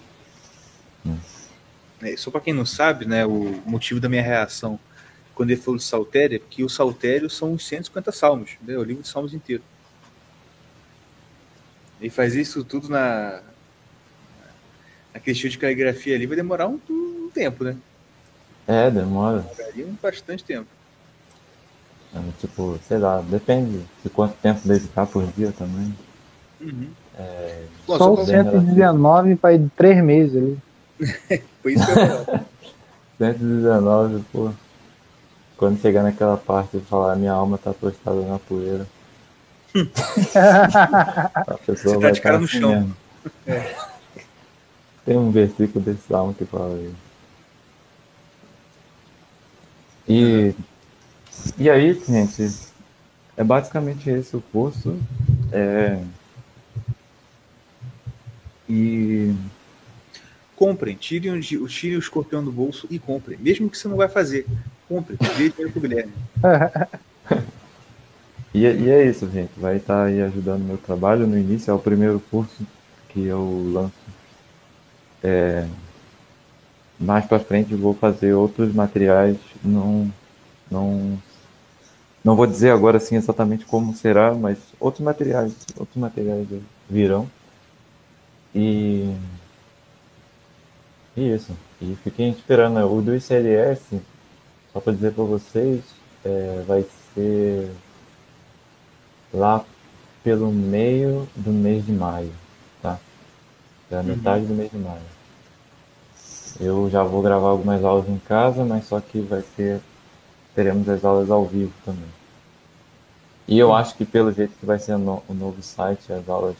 É, só para quem não sabe, né, o motivo da minha reação quando ele falou de Saltério é porque o Saltério são os 150 salmos, né, o livro de salmos inteiro. Ele faz isso tudo na questão de caligrafia ali, vai demorar um tempo, né? É, demora. Demoraria bastante tempo. Tipo, sei lá, depende de quanto tempo dedicar por dia também. Uhum. Bom, só Só o para Bem relativo. 119 vai 3 meses ali. foi isso que eu ia falar. 119, pô. Quando chegar naquela parte de falar minha alma tá postada na poeira, a Você pessoa tá vai de estar cara no assim chão. mesmo. Tem um versículo desse salmo que fala isso. Uhum. E, e aí, gente, é basicamente esse o curso. É, e Comprem, tirem o escorpião do bolso e comprem. Mesmo que você não vai fazer, compre. Dê dinheiro pro Guilherme. e é isso, gente. Vai estar aí ajudando o meu trabalho. No início é o primeiro curso que eu lanço. Mais para frente eu vou fazer outros materiais. Não, não vou dizer agora assim exatamente como será, mas outros materiais virão. E, e isso. E fiquem esperando. O do ICLS, só para dizer para vocês, vai ser lá pelo meio do mês de maio, tá? É a Uhum. metade do mês de maio. Eu já vou gravar algumas aulas em casa, mas só que teremos as aulas ao vivo também. E eu Uhum. acho que pelo jeito que vai ser o novo site, as aulas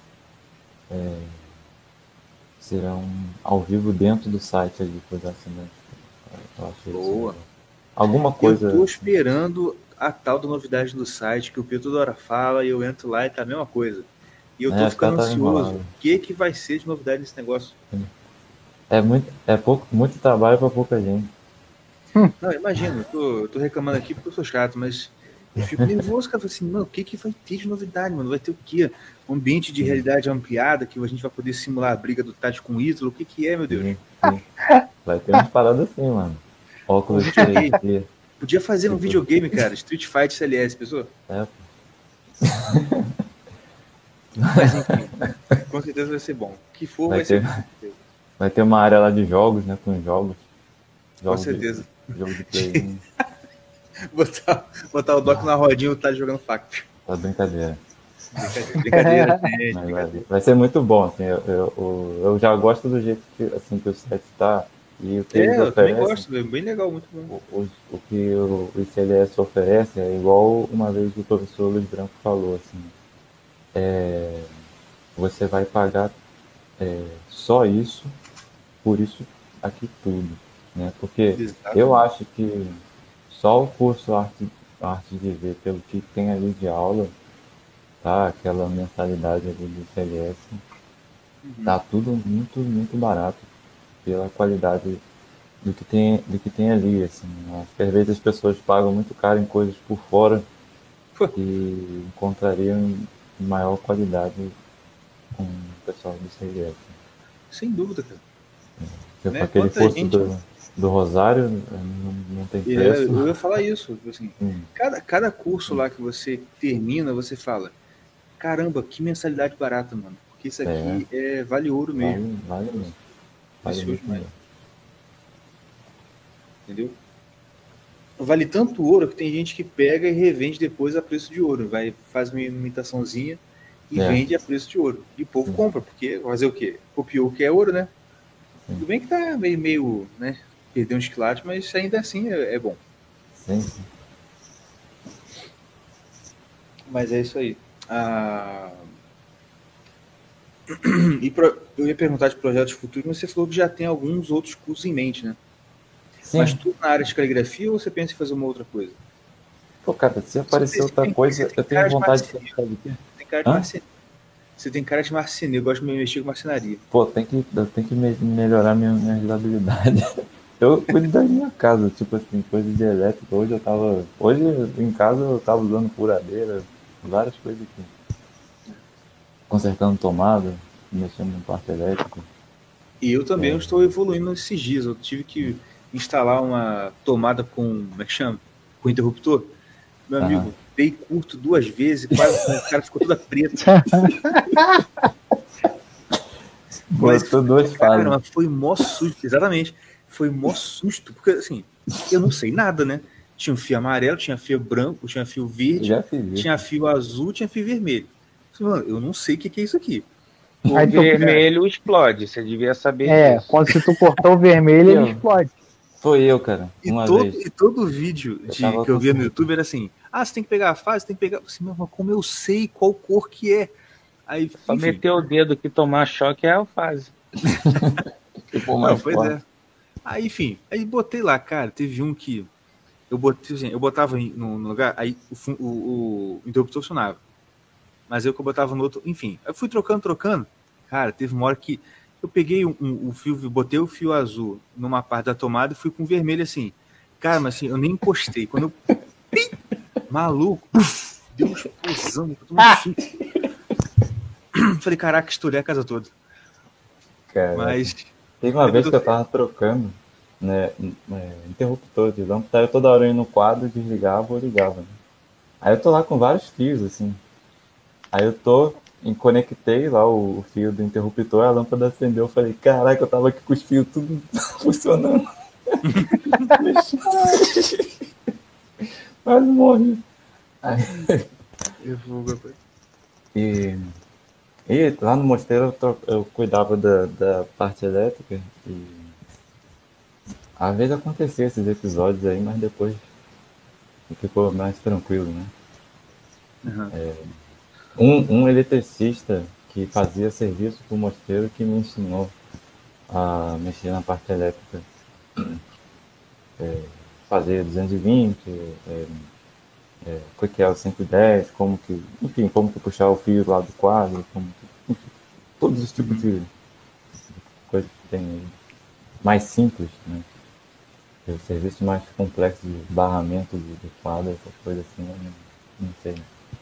serão ao vivo dentro do site ali por assinante. Eu achei isso Boa. legal. Alguma Eu coisa tô assim. esperando a tal da novidade do site, que o Pedro toda hora fala e eu entro lá e tá a mesma coisa. E eu Né, tô os caras ficando estavam ansioso. enrolados. O que vai ser de novidade nesse negócio? Muito trabalho para pouca gente. Não, imagina, eu tô reclamando aqui porque eu sou chato, mas eu fico nervoso, cara. Assim, mano, o que que vai ter de novidade, mano? Vai ter o quê? Um ambiente de realidade ampliada que a gente vai poder simular a briga do Tati com o Ítalo? O que que é, meu Deus? Sim, sim. Vai ter umas paradas assim, mano. Um Óculos videogame. 3D. Podia fazer um Tipo, videogame, cara. Street Fighter CLS, pessoal. é, Mas enfim, com certeza vai ser bom. O que for, vai vai ser ter, bom, com certeza. vai ter uma área lá de jogos, né? Com jogos. Com Jogos de, certeza. jogo de Play 1. Botar o Doc na rodinha e o Tati jogando faca. Tá brincadeira. Brincadeira, gente, Mas brincadeira. vai ser muito bom, assim. Eu já gosto do jeito que, assim, que o site está e o que eles Eu também oferecem. gosto, é bem legal, muito bom. O que o ICLS oferece é igual uma vez o professor Luiz Branco falou, assim. Você vai pagar só isso, por isso aqui tudo, né? Porque eu Exatamente. acho que só o curso Arte de Ver, pelo que tem ali de aula, tá? Aquela mensalidade ali do CLS, tá tudo muito, muito barato pela qualidade do que tem ali, assim. Acho que às vezes as pessoas pagam muito caro em coisas por fora Pô, e encontrariam maior qualidade com o pessoal do CLS. sem dúvida, cara. Tipo, Né? aquele Quanta curso gente. do Rosário não tem preço. Eu ia falar isso. Assim, Hum, cada curso lá que você termina, você fala: caramba, que mensalidade barata, mano. Porque isso é, aqui vale ouro mesmo. vale mesmo. Vale Precioso muito demais. mesmo. Entendeu? Vale tanto ouro que tem gente que pega e revende depois a preço de ouro. Faz uma imitaçãozinha e É, vende a preço de ouro. E o povo sim, compra, porque fazer o quê? Copiou o que é ouro, né? sim, Tudo bem que tá meio, né? Perdeu uns quilates, mas ainda assim é bom. sim, sim. Mas é isso aí. Ah, eu ia perguntar de projetos futuros, mas você falou que já tem alguns outros cursos em mente, né? Mas Sim. tudo na área de caligrafia ou você pensa em fazer uma outra coisa? Pô, cara, se aparecer Você outra tem, você coisa, tem eu tenho cara de vontade de marceneiro. fazer, sabe o quê? Você tem cara de Hã? marceneiro. Você tem cara de marceneiro. Eu gosto de mexer com marcenaria. Pô, eu tenho que melhorar minha usabilidade. Eu cuido da minha casa, tipo assim, coisa de elétrica. Hoje em casa eu tava usando furadeira, várias coisas aqui. Consertando tomada, mexendo no parte elétrico. E eu também estou evoluindo esses dias. Eu tive que instalar uma tomada com, como é que chama? Com interruptor. Meu Aham. amigo, dei curto 2 vezes, quase o cara ficou toda preta. Mas, Botou duas fases. cara, foi mó susto. Exatamente. Foi mó susto. Porque, assim, eu não sei nada, né? Tinha um fio amarelo, tinha fio branco, tinha fio Eu verde, já fiz tinha isso. fio azul, tinha fio vermelho. Mano, eu não sei o que é isso aqui. Aí O E, tu, cara, vermelho explode, você devia saber disso. quando se tu cortou o vermelho, ele explode. Foi eu, cara, uma vez. e todo vídeo Eu tava que eu via no consertando. YouTube era assim: ah, você tem que pegar a fase, você tem que pegar. Assim, mas como eu sei qual cor que é? Aí, Só enfim. meter o dedo que tomar choque é a fase. Tipo, Não, mais pois forte. é. Aí, enfim, aí botei lá, cara. Teve um que eu botei, assim, eu botava no lugar, aí o interruptor funcionava. Mas eu que eu botava no outro, enfim. Eu fui trocando. Cara, teve uma hora que eu peguei o fio, botei o fio azul numa parte da tomada e fui com o vermelho assim. Cara, mas assim, eu nem encostei. Quando eu. Pim, maluco, puf, deu uma explosão, eu tomei um susto. Falei, caraca, estourei a casa toda. Caraca. Mas. Teve uma Depois vez eu que eu sei. tava trocando, né, interruptor de lâmpada, eu toda hora indo no quadro, desligava ou ligava, né? Aí eu tô lá com vários fios, assim. Aí conectei lá o fio do interruptor, a lâmpada acendeu, eu falei, caraca, eu tava aqui com os fios tudo funcionando. Quase morri. Eu vou. E, e lá no mosteiro eu cuidava da parte elétrica e às vezes acontecia esses episódios aí, mas depois ficou mais tranquilo, né? Uhum. Um eletricista que fazia serviço pro mosteiro que me ensinou a mexer na parte elétrica, fazer 220, o que é o 110, como que puxar o fio lá do quadro, enfim, todos os tipos de coisas que tem aí. mais simples, né? O serviço mais complexo de barramento de quadro, essa coisa assim, eu não sei.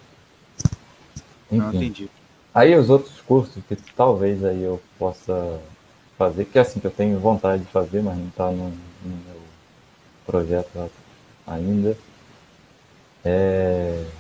Não, Enfim. entendi. Aí os outros cursos que talvez aí eu possa fazer, que é assim, que eu tenho vontade de fazer, mas não está no meu projeto ainda, é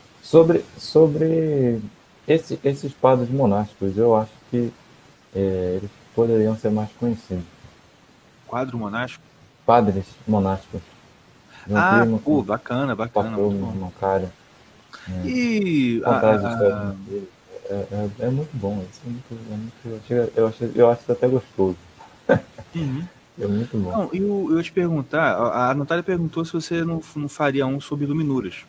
sobre esses padres monásticos. Eu acho que eles poderiam ser mais conhecidos. Quadro monástico? Padres monásticos. Meu Ah, primo, pô, bacana, patrão, muito meu bom. irmão, cara, E contar as histórias dele. É muito bom, isso eu acho isso até gostoso. Uhum. É muito bom. Não, eu ia te perguntar, a Natália perguntou se você não faria um sobre Iluminuras.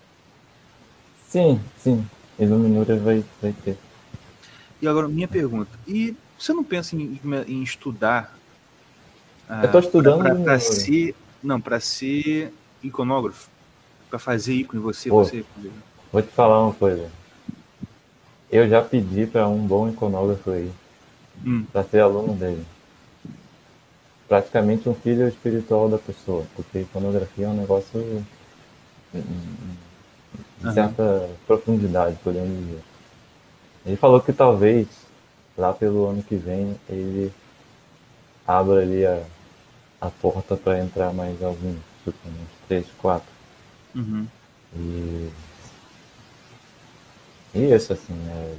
Sim, Iluminura vai ter. E agora, minha pergunta, e você não pensa em estudar Eu tô estudando para Iluminura. ser, não, para ser iconógrafo? Para fazer ícone, Pô, você. vou te falar uma coisa. Eu já pedi para um bom iconógrafo aí, para ser aluno dele. Praticamente um filho espiritual da pessoa, porque iconografia é um negócio de certa profundidade, podemos dizer. Ele falou que talvez, lá pelo ano que vem, ele abra ali a porta para entrar mais alguns, tipo, uns 3, 4. Uhum. E isso, assim,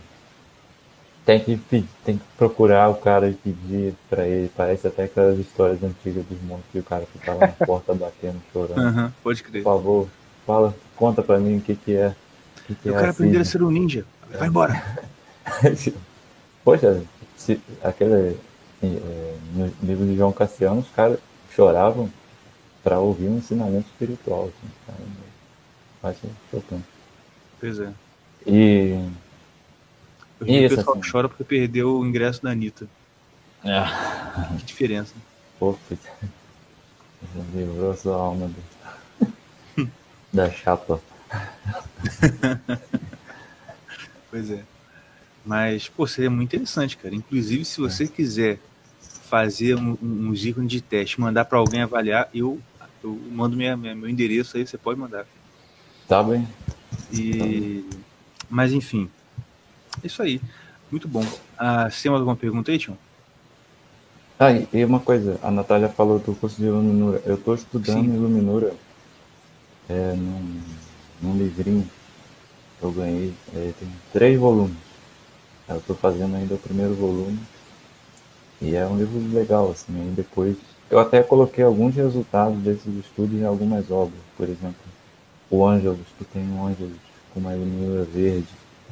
tem que procurar o cara e pedir pra ele. Parece até aquelas histórias antigas dos monstros que o cara fica lá na porta batendo, chorando. Uhum, pode Por crer. favor, conta pra mim o que é. Eu É quero a aprender a cisne. ser um ninja. Vai embora. Poxa, no livro de João Cassiano, os caras choravam pra ouvir um ensinamento espiritual. Assim, cara, eu acho chocante. Pois é. E Hoje em dia o isso, pessoal assim. chora porque perdeu o ingresso da Anitta. É. Que diferença. Pô, livrou sua alma da chapa. Pois é. Mas, pô, seria muito interessante, cara. Inclusive, se você quiser fazer uns ícones de teste, mandar para alguém avaliar, eu mando meu endereço aí, você pode mandar. Tá bem. Mas, enfim, é isso aí. Muito bom. Você tem mais alguma pergunta aí, Tião? E uma coisa, a Natália falou do curso de Iluminura. Eu estou estudando Sim. Iluminura num livrinho que eu ganhei. Tem 3 volumes. Eu estou fazendo ainda o primeiro volume. E é um livro legal, assim. Aí depois. Eu até coloquei alguns resultados desses estudos em algumas obras. Por exemplo, o Ângelus, que tem um Ângelus com uma iluminura verde.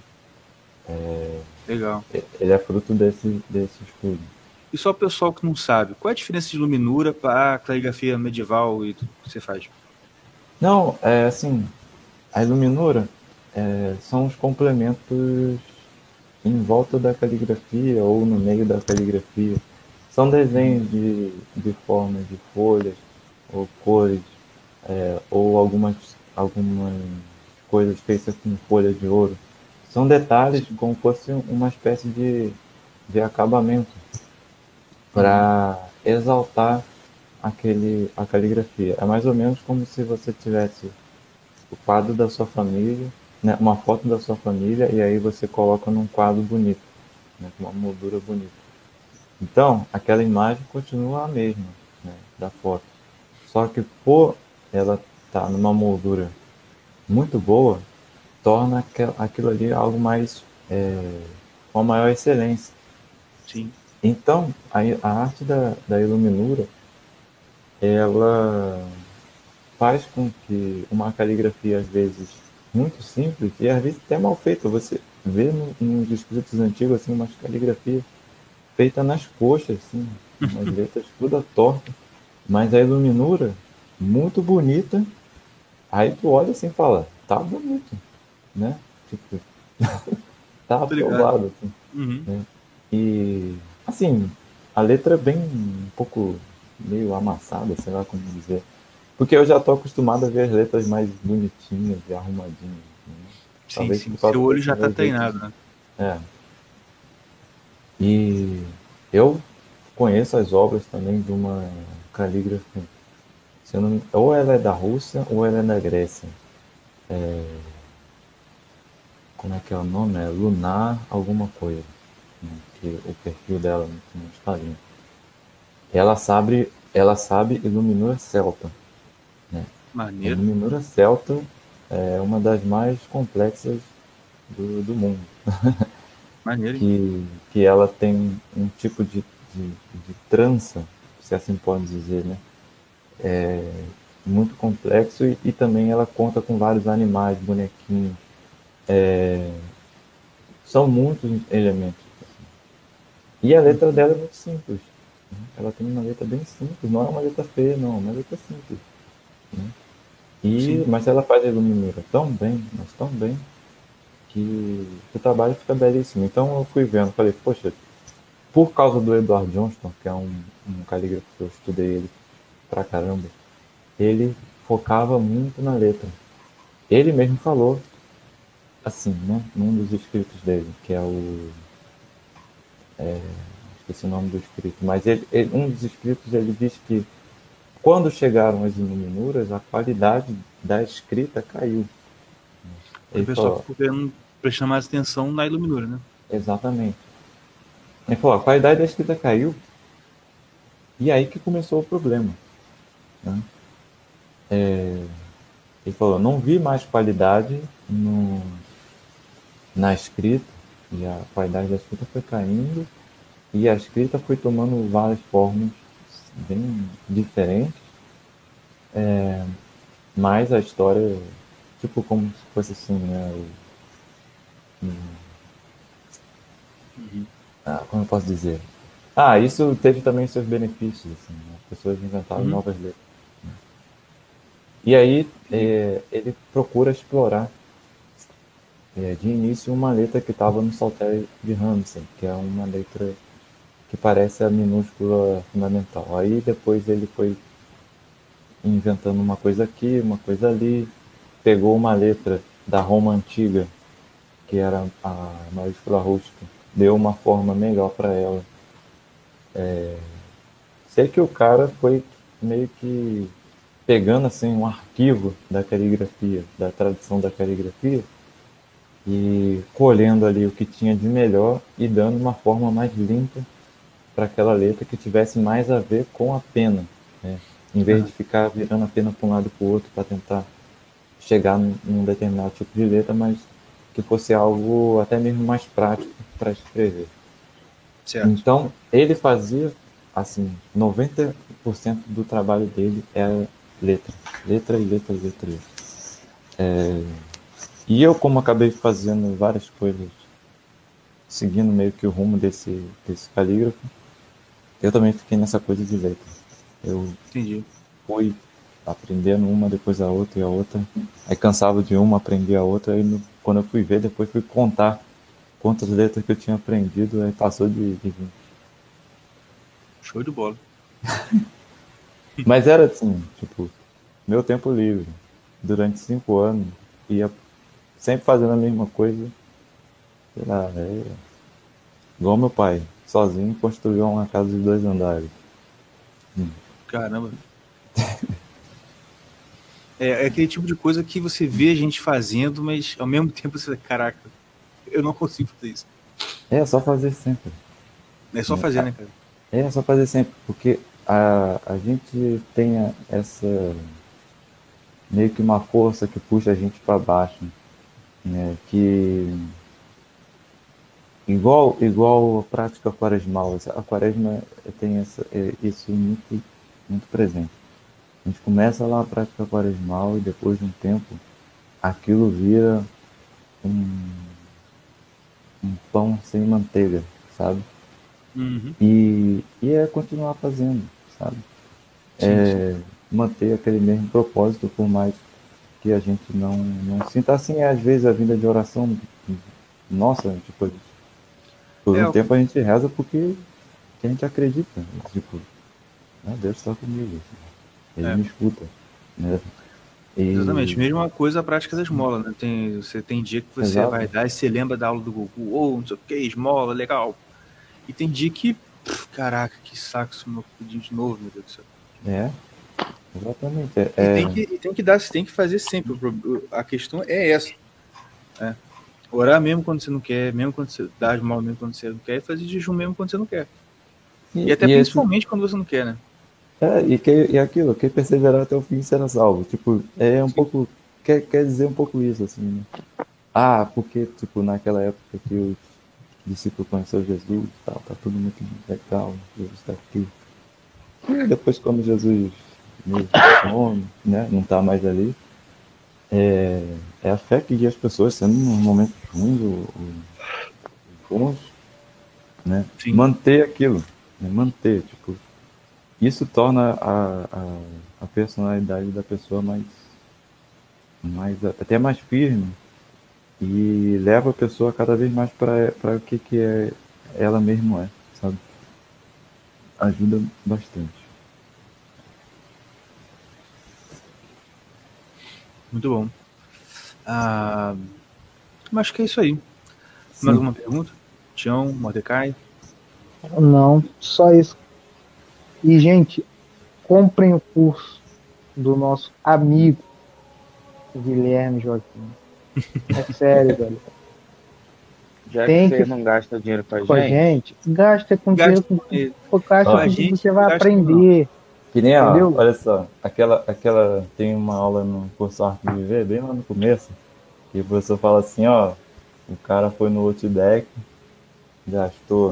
Legal. Ele é fruto desse estudo. E só o pessoal que não sabe, qual é a diferença de iluminura para a caligrafia medieval e tudo que você faz? Não, assim, a iluminura são os complementos em volta da caligrafia ou no meio da caligrafia. São desenhos de formas de folhas ou cores, ou algumas coisas feitas com folha de ouro. São detalhes como fosse uma espécie de acabamento para exaltar a caligrafia. É mais ou menos como se você tivesse o quadro da sua família, né, uma foto da sua família, e aí você coloca num quadro bonito, né, com uma moldura bonita. Então, aquela imagem continua a mesma, né, da foto. Só que por ela estar numa moldura muito boa, torna aquilo ali algo mais com maior excelência. Sim. Então, a arte da iluminura, ela faz com que uma caligrafia, às vezes, muito simples, e às vezes até mal feita, você vê nos escritos antigos, assim, uma caligrafia feita nas coxas, assim, umas letras toda torta, mas a iluminura, muito bonita, aí tu olha assim e fala, tá bonito, né? Tipo, tá aprovado, assim, né? E, assim, a letra é bem um pouco meio amassada, sei lá como dizer. Porque eu já tô acostumado a ver as letras mais bonitinhas e arrumadinhas. Né? Sim, Talvez sim. por causa Seu olho desse já tá meu jeito. treinado, né? É. E eu conheço as obras também de uma calígrafa, ou ela é da Rússia ou ela é da Grécia. Como é que é o nome? É Lunar alguma coisa, né? Que o perfil dela no Instagram. Ela sabe Iluminura Celta, né? Maneiro. Iluminura Celta é uma das mais complexas do mundo. Maneiro. Que ela tem um tipo de trança, se assim pode dizer, né? Muito complexo e também ela conta com vários animais, bonequinhos. São muitos elementos. E a letra dela é muito simples. Né? Ela tem uma letra bem simples, não é uma letra feia, não, é uma letra simples. Né? Mas ela faz a iluminura tão bem, mas tão bem, que o trabalho fica belíssimo. Então eu fui vendo, falei, poxa, por causa do Edward Johnston, que é um calígrafo que eu estudei ele pra caramba, ele focava muito na letra. Ele mesmo falou, assim, né, num dos escritos dele, que é o... esqueci o nome do escrito, mas um dos escritos ele diz que quando chegaram as iluminuras, a qualidade da escrita caiu. O pessoal ficou querendo prestar mais atenção na iluminura, né? Exatamente. Ele falou, a qualidade da escrita caiu, e aí que começou o problema. Né? Ele falou, não vi mais qualidade na escrita, e a qualidade da escrita foi caindo, e a escrita foi tomando várias formas bem diferentes, mas a história, tipo como se fosse assim, né? Como eu posso dizer? Isso teve também seus benefícios, assim, né? As pessoas inventaram novas letras. Né? E aí ele procura explorar de início uma letra que estava no Saltério de Ramsay, que é uma letra que parece a minúscula fundamental. Aí depois ele foi inventando uma coisa aqui, uma coisa ali, pegou uma letra da Roma Antiga, que era a maiúscula rústica, deu uma forma melhor para ela. Sei que o cara foi meio que pegando assim um arquivo da caligrafia, da tradição da caligrafia, e colhendo ali o que tinha de melhor e dando uma forma mais limpa para aquela letra que tivesse mais a ver com a pena, né? Em vez de ficar virando a pena para um lado e para o outro para tentar chegar num determinado tipo de letra, mas que fosse algo até mesmo mais prático para escrever. Certo. Então, ele fazia, assim, 90% do trabalho dele era letra. Letra e letra e letra. E eu, como acabei fazendo várias coisas, seguindo meio que o rumo desse calígrafo, eu também fiquei nessa coisa de letra. Eu fui aprendendo uma, depois a outra e a outra. Aí cansava de uma, aprendia a outra. Aí quando eu fui ver, depois fui contar quantas letras que eu tinha aprendido, aí passou de 20. Show de bola. Mas era assim, tipo, meu tempo livre. Durante 5 anos, ia sempre fazendo a mesma coisa. Sei lá, igual meu pai, sozinho, construiu uma casa de 2 andares. Caramba. É aquele tipo de coisa que você vê a gente fazendo, mas ao mesmo tempo você, caraca, eu não consigo fazer isso. É só fazer sempre. É só fazer, né, cara? É só fazer sempre, porque a gente tem essa meio que uma força que puxa a gente para baixo, né? Que igual a prática quaresmal, a quaresma tem isso muito, muito presente. A gente começa lá a prática quaresmal e depois de um tempo aquilo vira um pão sem manteiga, sabe? E é continuar fazendo, sabe? Manter aquele mesmo propósito, por mais que a gente não sinta. Assim, às vezes a vida de oração, nossa, tipo, por um tempo a gente reza porque a gente acredita, tipo, Deus está comigo, ele me escuta, né? Exatamente, mesma coisa a prática da esmola, né? Você tem dia que você vai dar e você lembra da aula do Gugu, ou não sei o que, esmola, legal. E tem dia que Caraca, que saco esse meu pedido de novo, meu Deus do céu. Exatamente. Tem que fazer sempre. A questão é essa. Orar mesmo quando você não quer, mesmo quando você dá mal mesmo quando você não quer, e fazer jejum mesmo quando você não quer. E até principalmente quando você não quer, né? E aquilo, quem perseverar até o fim será salvo. Tipo, pouco. Quer dizer um pouco isso, assim, né? Porque, tipo, naquela época que os discípulos conheceram Jesus e tal, tá tudo muito legal, Jesus tá aqui. E depois, quando Jesus some, né, não tá mais ali, é a fé que guia as pessoas, sendo nos momentos ruins ou bons, né? Sim. Manter aquilo, né? Manter, tipo, isso torna a personalidade da pessoa até mais firme e leva a pessoa cada vez mais para o que ela mesma é, sabe? Ajuda bastante. Muito bom. Acho que é isso aí. Sim. Mais alguma pergunta? Tião, Mordecai? Não, só isso. E, gente, comprem o curso do nosso amigo Guilherme Joaquim. É sério, velho. Já que você não gasta dinheiro com a gente, gasta com dinheiro com que você vai aprender. Que nem olha só, aquela tem uma aula no curso Arte de Viver, bem lá no começo, e o professor fala assim, ó, o cara foi no Outback, gastou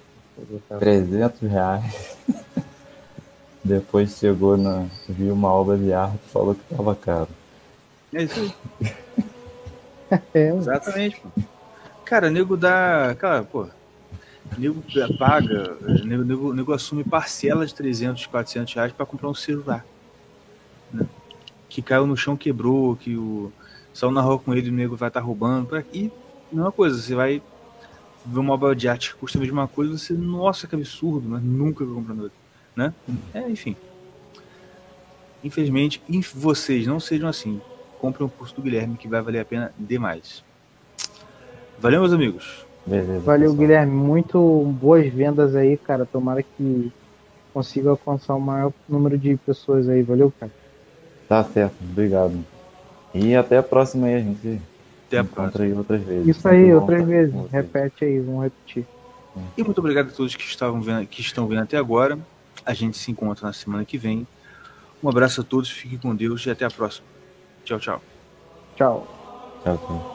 R$300, depois chegou viu uma obra de arte e falou que tava caro. É isso aí. Exatamente, pô. Cara, nego dá. Cara, pô. Nego paga. Nego assume parcela de 300, 400 reais pra comprar um celular. Né? Que caiu no chão, quebrou, que saiu na rua com ele, o nego vai estar roubando. E mesma coisa, você vai ver uma obra de arte que custa a mesma coisa, você, nossa, que absurdo, mas nunca vai comprar nada. Né? Enfim. Infelizmente, vocês não sejam assim. Comprem o curso do Guilherme, que vai valer a pena demais. Valeu, meus amigos. Beleza, valeu, pessoal. Guilherme. Muito boas vendas aí, cara. Tomara que consiga alcançar o maior número de pessoas aí. Valeu, cara. Tá certo, obrigado. E até a próxima aí, a gente encontra aí outras vezes. Isso aí, outras vezes. Repete aí, vamos repetir. E muito obrigado a todos que estão vendo até agora. A gente se encontra na semana que vem. Um abraço a todos, fiquem com Deus e até a próxima. Tchau, tchau. Tchau. Tchau, tchau.